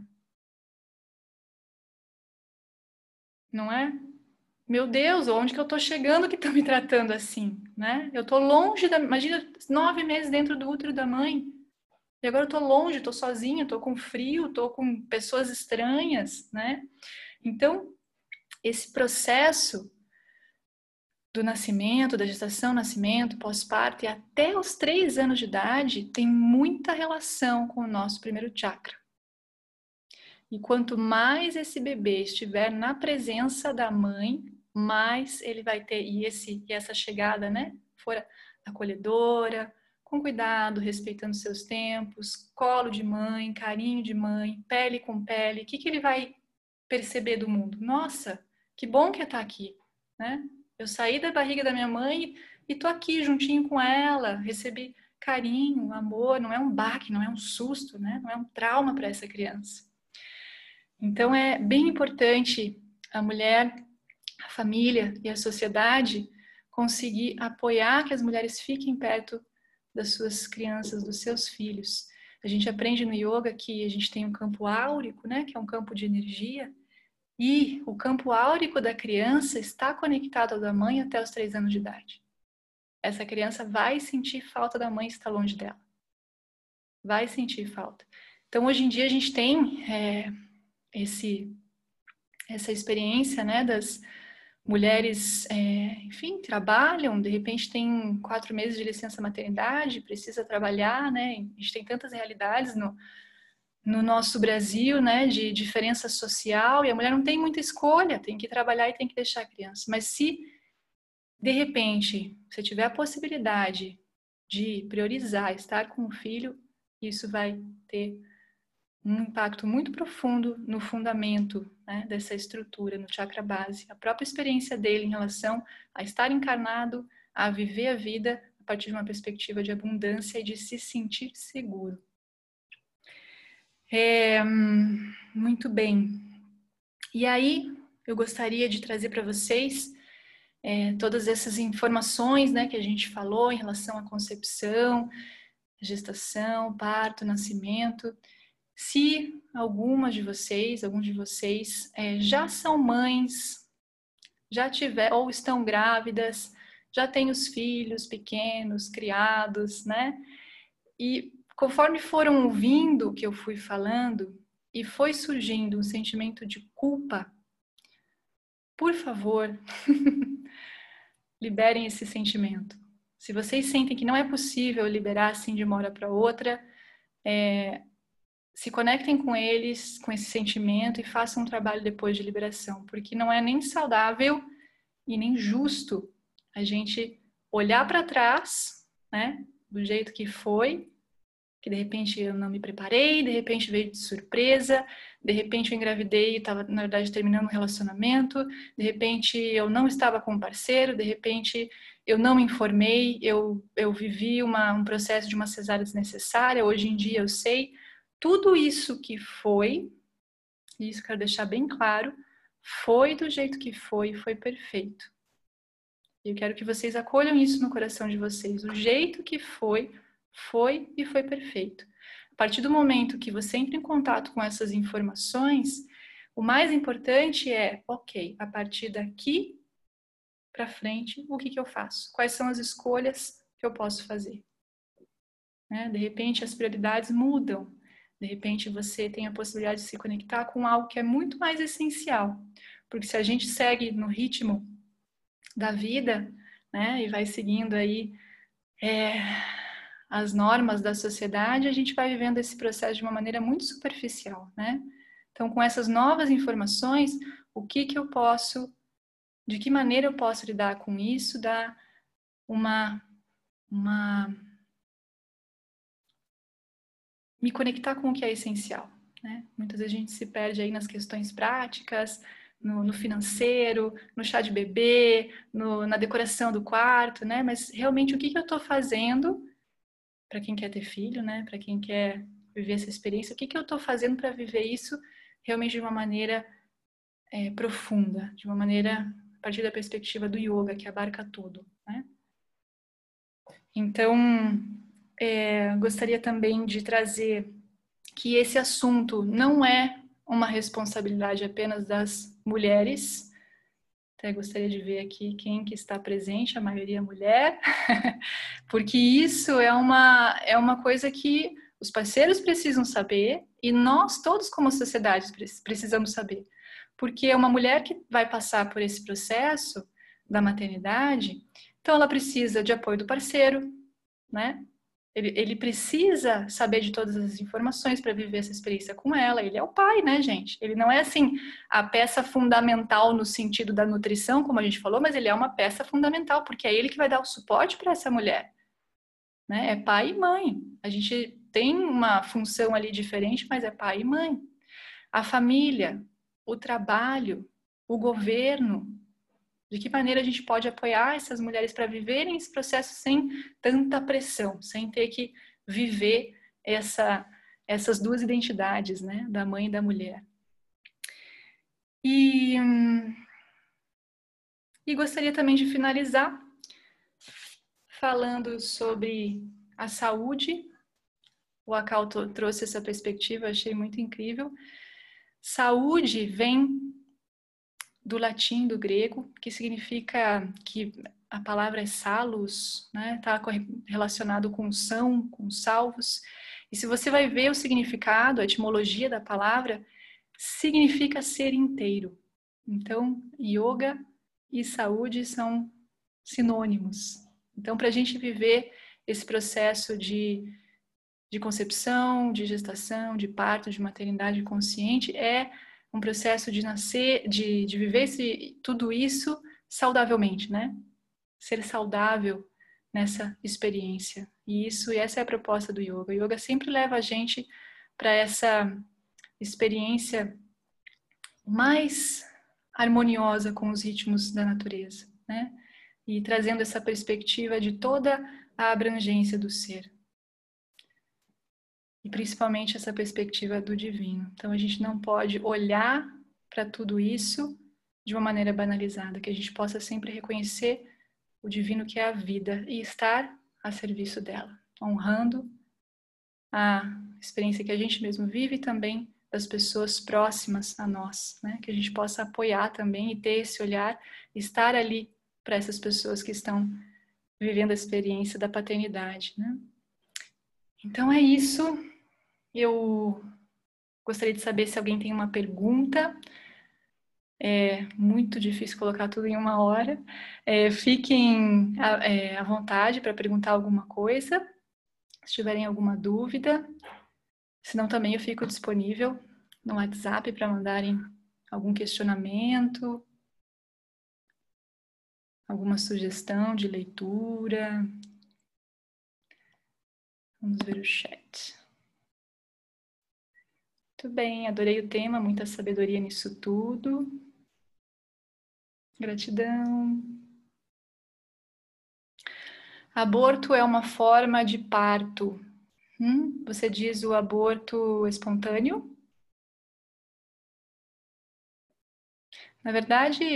[SPEAKER 2] Não é? Meu Deus, onde que eu tô chegando que estão me tratando assim, né? Eu tô longe imagina 9 meses dentro do útero da mãe, e agora eu tô longe, tô sozinha, tô com frio, tô com pessoas estranhas, né? Então, esse processo do nascimento, da gestação, nascimento, pós-parto e até os 3 anos de idade tem muita relação com o nosso primeiro chakra. E quanto mais esse bebê estiver na presença da mãe, mais ele vai ter, e essa chegada, né, for acolhedora, com cuidado, respeitando seus tempos, colo de mãe, carinho de mãe, pele com pele, o que ele vai perceber do mundo? Nossa, que bom que está aqui, né? Eu saí da barriga da minha mãe e tô aqui juntinho com ela, recebi carinho, amor, não é um baque, não é um susto, né? Não é um trauma para essa criança. Então é bem importante a mulher, a família e a sociedade conseguir apoiar que as mulheres fiquem perto das suas crianças, dos seus filhos. A gente aprende no yoga que a gente tem um campo áurico, né, que é um campo de energia, e o campo áurico da criança está conectado ao da mãe até os 3 anos de idade. Essa criança vai sentir falta da mãe se está longe dela. Vai sentir falta. Então, hoje em dia, a gente tem essa experiência, né, das mulheres, enfim, trabalham, de repente tem 4 meses de licença maternidade, precisa trabalhar, né, a gente tem tantas realidades no nosso Brasil, né, de diferença social, e a mulher não tem muita escolha, tem que trabalhar e tem que deixar a criança. Mas se, de repente, você tiver a possibilidade de priorizar estar com o filho, isso vai ter um impacto muito profundo no fundamento, né, dessa estrutura, no chakra base. A própria experiência dele em relação a estar encarnado, a viver a vida a partir de uma perspectiva de abundância e de se sentir seguro. Muito bem. E aí, eu gostaria de trazer para vocês todas essas informações, né, que a gente falou em relação à concepção, gestação, parto, nascimento. Se alguns de vocês já são mães, já tiveram ou estão grávidas, já têm os filhos pequenos, criados, né? E conforme foram ouvindo o que eu fui falando e foi surgindo um sentimento de culpa, por favor, liberem esse sentimento. Se vocês sentem que não é possível liberar assim de uma hora para outra, se conectem com eles, com esse sentimento e façam um trabalho depois de liberação, porque não é nem saudável e nem justo a gente olhar para trás, né, do jeito que foi, que de repente eu não me preparei, de repente veio de surpresa, de repente eu engravidei e estava, na verdade, terminando um relacionamento, de repente eu não estava com um parceiro, de repente eu não me informei, eu vivi um processo de uma cesárea desnecessária, hoje em dia eu sei. Tudo isso que foi, e isso quero deixar bem claro, foi do jeito que foi e foi perfeito. E eu quero que vocês acolham isso no coração de vocês. O jeito que foi e foi perfeito. A partir do momento que você entra em contato com essas informações, o mais importante é, ok, a partir daqui para frente, o que eu faço? Quais são as escolhas que eu posso fazer? Né? De repente, as prioridades mudam. De repente, você tem a possibilidade de se conectar com algo que é muito mais essencial. Porque se a gente segue no ritmo da vida, né, e vai seguindo aí as normas da sociedade, a gente vai vivendo esse processo de uma maneira muito superficial, né? Então, com essas novas informações, de que maneira eu posso lidar com isso, dar me conectar com o que é essencial, né? Muitas vezes a gente se perde aí nas questões práticas, no financeiro, no chá de bebê, na decoração do quarto, né? Mas realmente o que eu estou fazendo para quem quer ter filho, né? Para quem quer viver essa experiência, o que eu estou fazendo para viver isso realmente de uma maneira profunda, de uma maneira a partir da perspectiva do yoga, que abarca tudo, né? Então, gostaria também de trazer que esse assunto não é uma responsabilidade apenas das mulheres. Até gostaria de ver aqui quem que está presente, a maioria mulher, porque isso é uma coisa que os parceiros precisam saber e nós todos como sociedade precisamos saber. Porque é uma mulher que vai passar por esse processo da maternidade, então ela precisa de apoio do parceiro, né? Ele precisa saber de todas as informações para viver essa experiência com ela. Ele é o pai, né, gente? Ele não é, assim, a peça fundamental no sentido da nutrição, como a gente falou, mas ele é uma peça fundamental, porque é ele que vai dar o suporte para essa mulher, né? É pai e mãe. A gente tem uma função ali diferente, mas é pai e mãe. A família, o trabalho, o governo, de que maneira a gente pode apoiar essas mulheres para viverem esse processo sem tanta pressão, sem ter que viver essas duas identidades, né, da mãe e da mulher. E gostaria também de finalizar falando sobre a saúde. O Akal trouxe essa perspectiva, achei muito incrível. Saúde vem do latim, do grego, que significa que a palavra é salus, né? Está relacionado com são, com salvos. E se você vai ver o significado, a etimologia da palavra, significa ser inteiro. Então, yoga e saúde são sinônimos. Então, para a gente viver esse processo de concepção, de gestação, de parto, de maternidade consciente, é um processo de nascer, de viver tudo isso saudavelmente, né? Ser saudável nessa experiência. E essa é a proposta do yoga. O yoga sempre leva a gente para essa experiência mais harmoniosa com os ritmos da natureza, né? E trazendo essa perspectiva de toda a abrangência do ser. E principalmente essa perspectiva do divino. Então a gente não pode olhar para tudo isso de uma maneira banalizada, que a gente possa sempre reconhecer o divino que é a vida e estar a serviço dela, honrando a experiência que a gente mesmo vive e também das pessoas próximas a nós, né? Que a gente possa apoiar também e ter esse olhar, estar ali para essas pessoas que estão vivendo a experiência da paternidade, né? Então é isso. Eu gostaria de saber se alguém tem uma pergunta. É muito difícil colocar tudo em uma hora. Fiquem à vontade para perguntar alguma coisa, se tiverem alguma dúvida. Senão também eu fico disponível no WhatsApp para mandarem algum questionamento, alguma sugestão de leitura. Vamos ver o chat. Muito bem, adorei o tema, muita sabedoria nisso tudo. Gratidão. Aborto é uma forma de parto. Você diz o aborto espontâneo? Na verdade,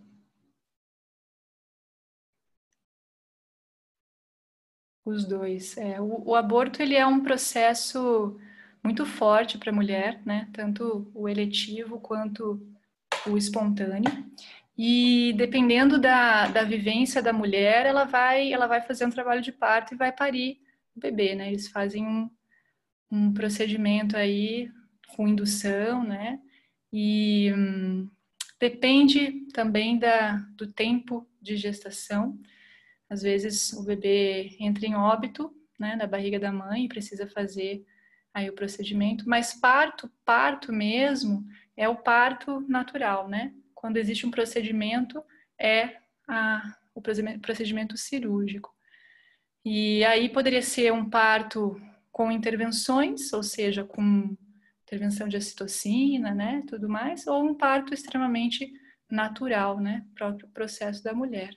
[SPEAKER 2] os dois. O aborto ele é um processo muito forte para a mulher, né? Tanto o eletivo quanto o espontâneo. E dependendo da vivência da mulher, ela vai fazer um trabalho de parto e vai parir o bebê, né? Eles fazem um procedimento aí com indução, né? E depende também do tempo de gestação. Às vezes o bebê entra em óbito né, na barriga da mãe, precisa fazer aí o procedimento, mas parto mesmo, é o parto natural, né? Quando existe um procedimento, é o procedimento cirúrgico. E aí poderia ser um parto com intervenções, ou seja, com intervenção de ocitocina, né, tudo mais, ou um parto extremamente natural, né, próprio processo da mulher.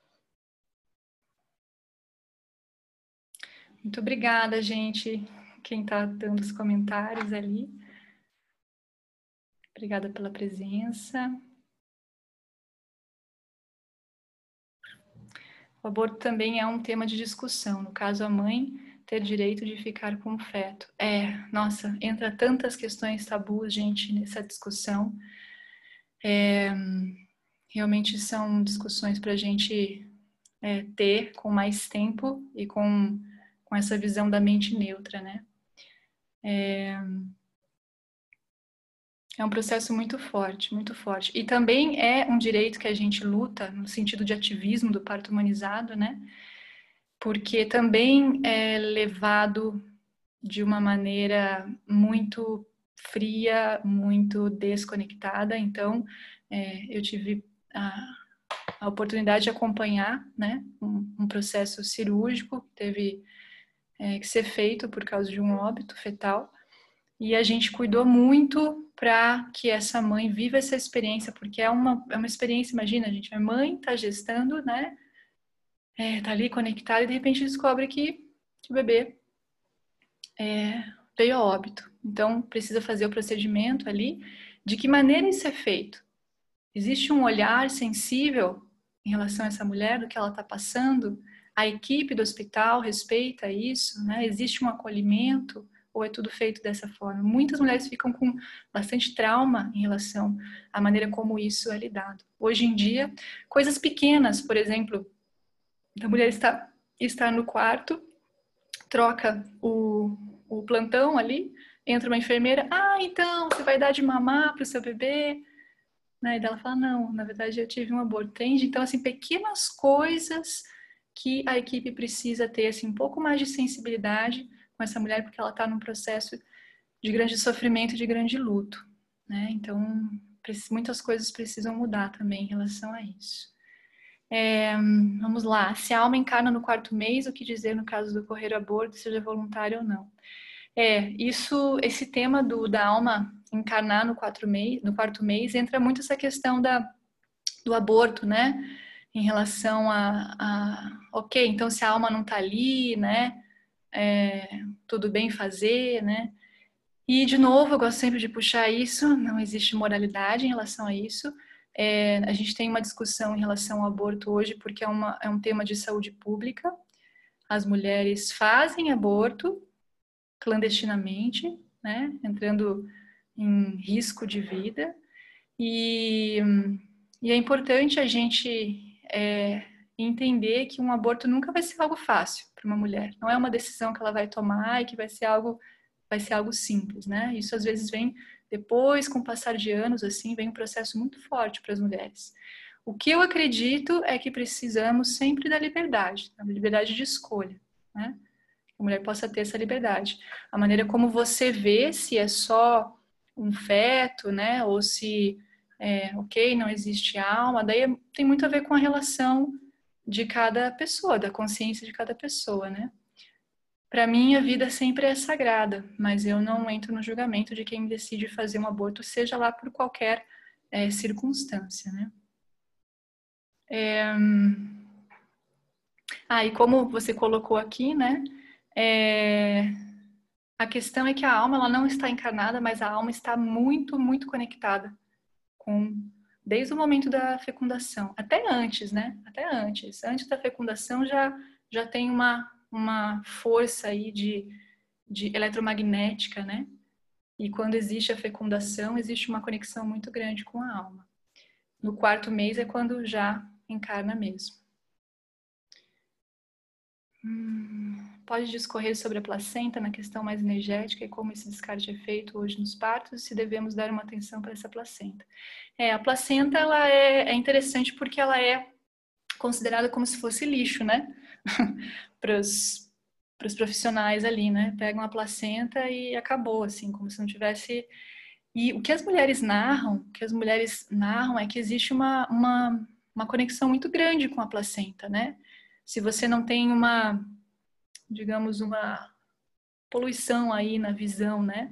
[SPEAKER 2] Muito obrigada, gente, quem está dando os comentários ali. Obrigada pela presença. O aborto também é um tema de discussão. No caso, a mãe ter direito de ficar com o feto. Nossa, entra tantas questões tabus, gente, nessa discussão. Realmente são discussões para a gente ter com mais tempo e com essa visão da mente neutra, né? É um processo muito forte, muito forte. E também é um direito que a gente luta no sentido de ativismo do parto humanizado, né? Porque também é levado de uma maneira muito fria, muito desconectada. Então, eu tive a oportunidade de acompanhar, né, um processo cirúrgico que teve que ser feito por causa de um óbito fetal. E a gente cuidou muito para que essa mãe viva essa experiência, porque é uma experiência, imagina, gente, a mãe está gestando, né, tá ali conectada e de repente descobre que o bebê veio a óbito. Então, precisa fazer o procedimento ali. De que maneira isso é feito? Existe um olhar sensível em relação a essa mulher, do que ela está passando? A equipe do hospital respeita isso, né? Existe um acolhimento ou é tudo feito dessa forma? Muitas mulheres ficam com bastante trauma em relação à maneira como isso é lidado. Hoje em dia, coisas pequenas, por exemplo, a mulher está no quarto, troca o plantão ali, entra uma enfermeira, então, você vai dar de mamar para o seu bebê? Né? E ela fala, não, na verdade eu tive um aborto, entende? Então, assim, pequenas coisas que a equipe precisa ter, assim, um pouco mais de sensibilidade com essa mulher, porque ela está num processo de grande sofrimento, de grande luto, né? Então, muitas coisas precisam mudar também em relação a isso. Vamos lá. Se a alma encarna no quarto mês, o que dizer no caso do ocorrer aborto, seja voluntário ou não? Esse tema da alma encarnar no quarto mês entra muito essa questão do aborto, né? Em relação ok, então se a alma não tá ali, né? Tudo bem fazer, né? E, de novo, eu gosto sempre de puxar isso, não existe moralidade em relação a isso. A gente tem uma discussão em relação ao aborto hoje porque é um tema de saúde pública. As mulheres fazem aborto clandestinamente, né, entrando em risco de vida. E é importante a gente entender que um aborto nunca vai ser algo fácil para uma mulher. Não é uma decisão que ela vai tomar e que vai ser algo simples, né? Isso às vezes vem depois, com o passar de anos, assim, vem um processo muito forte para as mulheres. O que eu acredito é que precisamos sempre da liberdade de escolha, né? Que a mulher possa ter essa liberdade. A maneira como você vê se é só um feto, né? Ou se, ok, não existe alma, daí tem muito a ver com a relação de cada pessoa, da consciência de cada pessoa, né? Para mim, a vida sempre é sagrada, mas eu não entro no julgamento de quem decide fazer um aborto, seja lá por qualquer circunstância, né? E como você colocou aqui, né? A questão é que a alma ela não está encarnada, mas a alma está muito, muito conectada desde o momento da fecundação, até antes, né? Até antes. Antes da fecundação já tem uma força aí de eletromagnética, né? E quando existe a fecundação, existe uma conexão muito grande com a alma. No quarto mês é quando já encarna mesmo. Pode discorrer sobre a placenta na questão mais energética e como esse descarte é feito hoje nos partos e se devemos dar uma atenção para essa placenta. A placenta ela é interessante porque ela é considerada como se fosse lixo, né? para os profissionais ali, né? Pegam a placenta e acabou, assim, como se não tivesse... E o que as mulheres narram, é que existe uma conexão muito grande com a placenta, né? Se você não tem digamos, uma poluição aí na visão, né?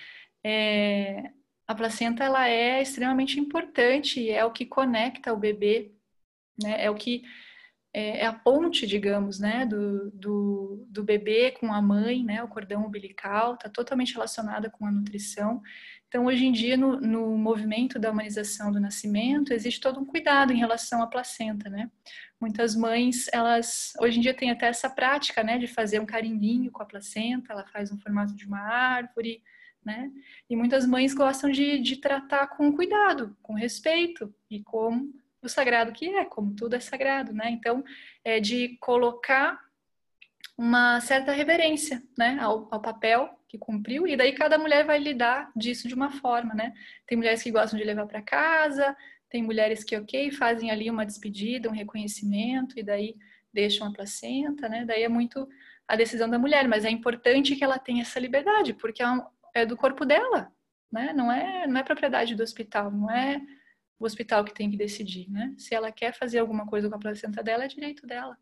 [SPEAKER 2] A placenta, ela é extremamente importante, é o que conecta o bebê, né? É a ponte, digamos, né, do bebê com a mãe, né, o cordão umbilical, está totalmente relacionada com a nutrição. Então, hoje em dia, no movimento da humanização do nascimento, existe todo um cuidado em relação à placenta, né? Muitas mães, elas, hoje em dia, têm até essa prática, né, de fazer um carimbinho com a placenta, ela faz no formato de uma árvore, né? E muitas mães gostam de tratar com cuidado, com respeito e com o sagrado que é, como tudo é sagrado, né? Então, é de colocar uma certa reverência, né, ao papel que cumpriu, e daí cada mulher vai lidar disso de uma forma, né? Tem mulheres que gostam de levar para casa, tem mulheres que, ok, fazem ali uma despedida, um reconhecimento, e daí deixam a placenta, né? Daí é muito a decisão da mulher, mas é importante que ela tenha essa liberdade, porque é do corpo dela, né? Não é propriedade do hospital, não é o hospital que tem que decidir, né? Se ela quer fazer alguma coisa com a placenta dela, é direito dela.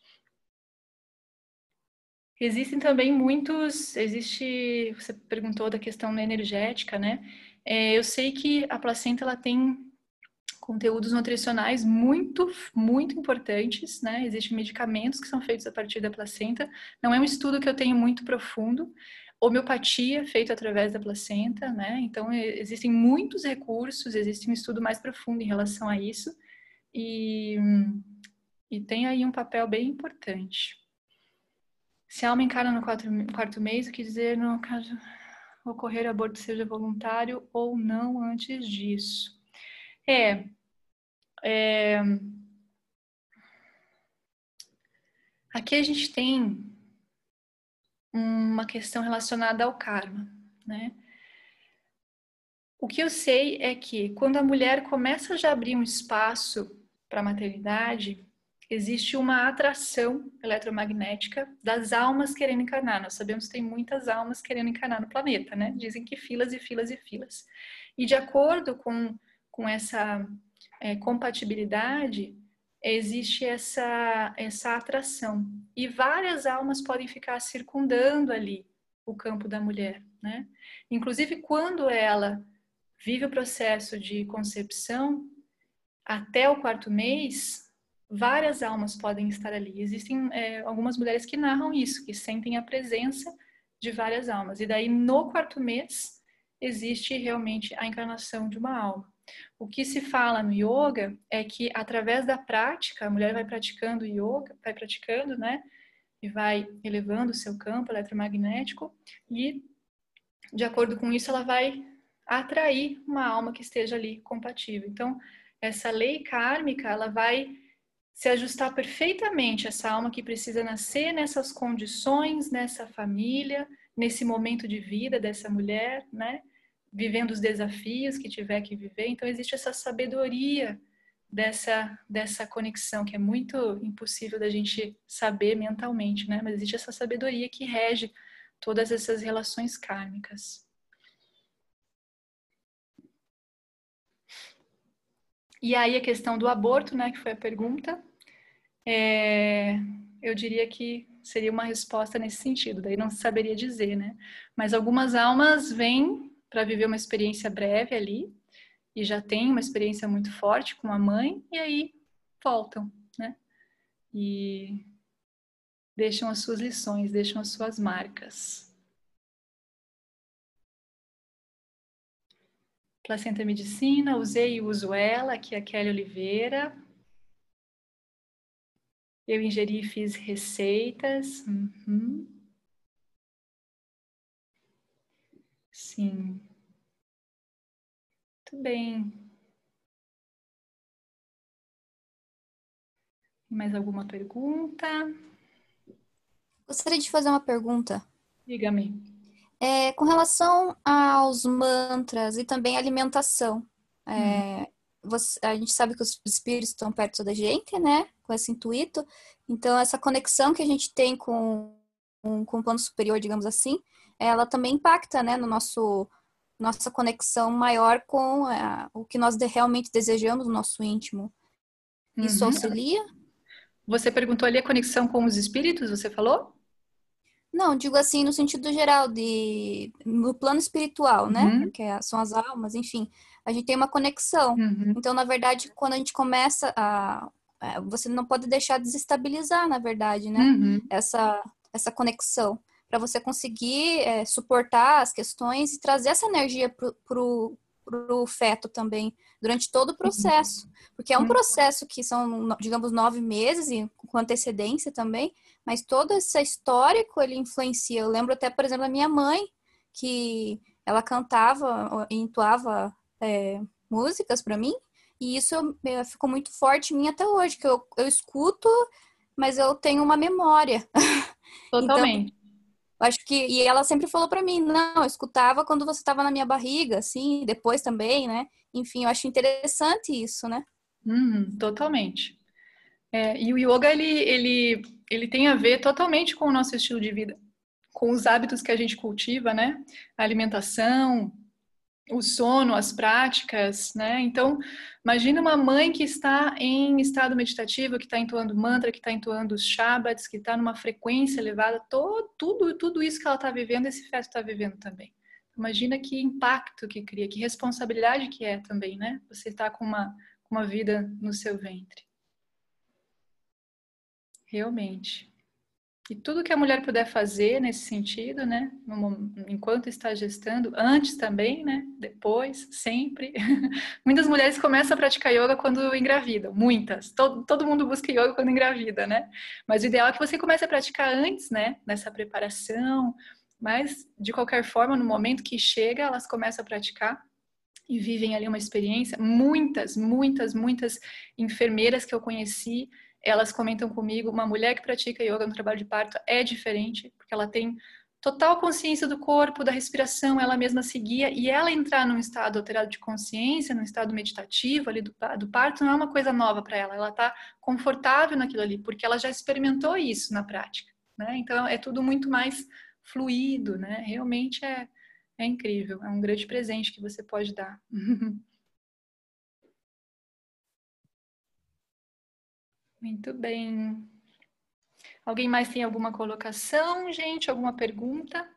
[SPEAKER 2] Existem também você perguntou da questão energética, né? Eu sei que a placenta, ela tem conteúdos nutricionais muito, muito importantes, né? Existem medicamentos que são feitos a partir da placenta. Não é um estudo que eu tenho muito profundo. Homeopatia feita através da placenta, né? Então, existem muitos recursos, existe um estudo mais profundo em relação a isso. E tem aí um papel bem importante. Se a alma encarna no quarto mês, o que dizer no caso ocorrer aborto seja voluntário ou não antes disso? Aqui a gente tem uma questão relacionada ao karma, né? O que eu sei é que quando a mulher começa já a abrir um espaço para a maternidade, existe uma atração eletromagnética das almas querendo encarnar. Nós sabemos que tem muitas almas querendo encarnar no planeta, né? Dizem que filas e filas e filas. E de acordo com essa compatibilidade, existe essa atração. E várias almas podem ficar circundando ali o campo da mulher, né? Inclusive, quando ela vive o processo de concepção, até o quarto mês, várias almas podem estar ali. Existem algumas mulheres que narram isso, que sentem a presença de várias almas. E daí, no quarto mês, existe realmente a encarnação de uma alma. O que se fala no yoga é que, através da prática, a mulher vai praticando yoga, vai praticando, né? E vai elevando o seu campo eletromagnético e, de acordo com isso, ela vai atrair uma alma que esteja ali compatível. Então, essa lei kármica, ela vai se ajustar perfeitamente a essa alma que precisa nascer nessas condições, nessa família, nesse momento de vida dessa mulher, né? Vivendo os desafios que tiver que viver. Então, existe essa sabedoria dessa conexão, que é muito impossível da gente saber mentalmente, né? Mas existe essa sabedoria que rege todas essas relações kármicas. E aí a questão do aborto, né, que foi a pergunta, eu diria que seria uma resposta nesse sentido, daí não saberia dizer, né? Mas algumas almas vêm para viver uma experiência breve ali, e já tem uma experiência muito forte com a mãe, e aí voltam, né? E deixam as suas lições, deixam as suas marcas. Placenta Medicina, usei e uso ela, aqui é a Kelly Oliveira. Eu ingeri e fiz receitas. Uhum. Sim. Muito bem. Mais alguma pergunta?
[SPEAKER 3] Gostaria de fazer uma pergunta.
[SPEAKER 2] Diga-me.
[SPEAKER 3] Com relação aos mantras e também alimentação, a gente sabe que os espíritos estão perto da gente, né? Com esse intuito. Então, essa conexão que a gente tem com com o plano superior, digamos assim, ela também impacta, né, no nossa conexão maior com o que nós realmente desejamos no nosso íntimo. Isso
[SPEAKER 2] Uhum.
[SPEAKER 3] auxilia?
[SPEAKER 2] Você perguntou ali a conexão com os espíritos, você falou?
[SPEAKER 3] Não, digo assim no sentido geral, no plano espiritual, né?
[SPEAKER 2] Uhum.
[SPEAKER 3] São as almas, enfim, a gente tem uma conexão.
[SPEAKER 2] Uhum.
[SPEAKER 3] Então, na verdade, quando a gente começa você não pode deixar desestabilizar, na verdade, né?
[SPEAKER 2] Uhum.
[SPEAKER 3] Essa conexão, para você conseguir suportar as questões e trazer essa energia pro feto também, durante todo o processo. Porque é um
[SPEAKER 2] Uhum.
[SPEAKER 3] processo que são, digamos, 9 meses, e com antecedência também, mas todo esse histórico ele influencia. Eu lembro até, por exemplo, da minha mãe, que ela cantava e entoava músicas para mim, e isso ficou muito forte em mim até hoje, que eu escuto, mas eu tenho uma memória. Então,
[SPEAKER 2] Totalmente.
[SPEAKER 3] acho que. E ela sempre falou para mim: não, eu escutava quando você estava na minha barriga, assim, depois também, né? Enfim, eu acho interessante isso, né?
[SPEAKER 2] Uhum. Totalmente. E o yoga, ele tem a ver totalmente com o nosso estilo de vida, com os hábitos que a gente cultiva, né? A alimentação, o sono, as práticas, né? Então, imagina uma mãe que está em estado meditativo, que está entoando mantra, que está entoando os Shabads, que está numa frequência elevada, tudo isso que ela está vivendo, esse feto está vivendo também. Imagina que impacto que cria, que responsabilidade que é também, né? Você está com uma vida no seu ventre. Realmente. E tudo que a mulher puder fazer nesse sentido, né? Enquanto está gestando, antes também, né? Depois, sempre. Muitas mulheres começam a praticar yoga quando engravidam, muitas. Todo mundo busca yoga quando engravida, né? Mas o ideal é que você comece a praticar antes, né? Nessa preparação. Mas, de qualquer forma, no momento que chega, elas começam a praticar e vivem ali uma experiência. Muitas enfermeiras que eu conheci, elas comentam comigo, uma mulher que pratica yoga no trabalho de parto é diferente, porque ela tem total consciência do corpo, da respiração, ela mesma seguia, e ela entrar num estado alterado de consciência, num estado meditativo ali do parto, não é uma coisa nova para ela, ela está confortável naquilo ali, porque ela já experimentou isso na prática, né? Então é tudo muito mais fluido, né? Realmente é incrível, é um grande presente que você pode dar. Muito bem. Alguém mais tem alguma colocação, gente? Alguma pergunta?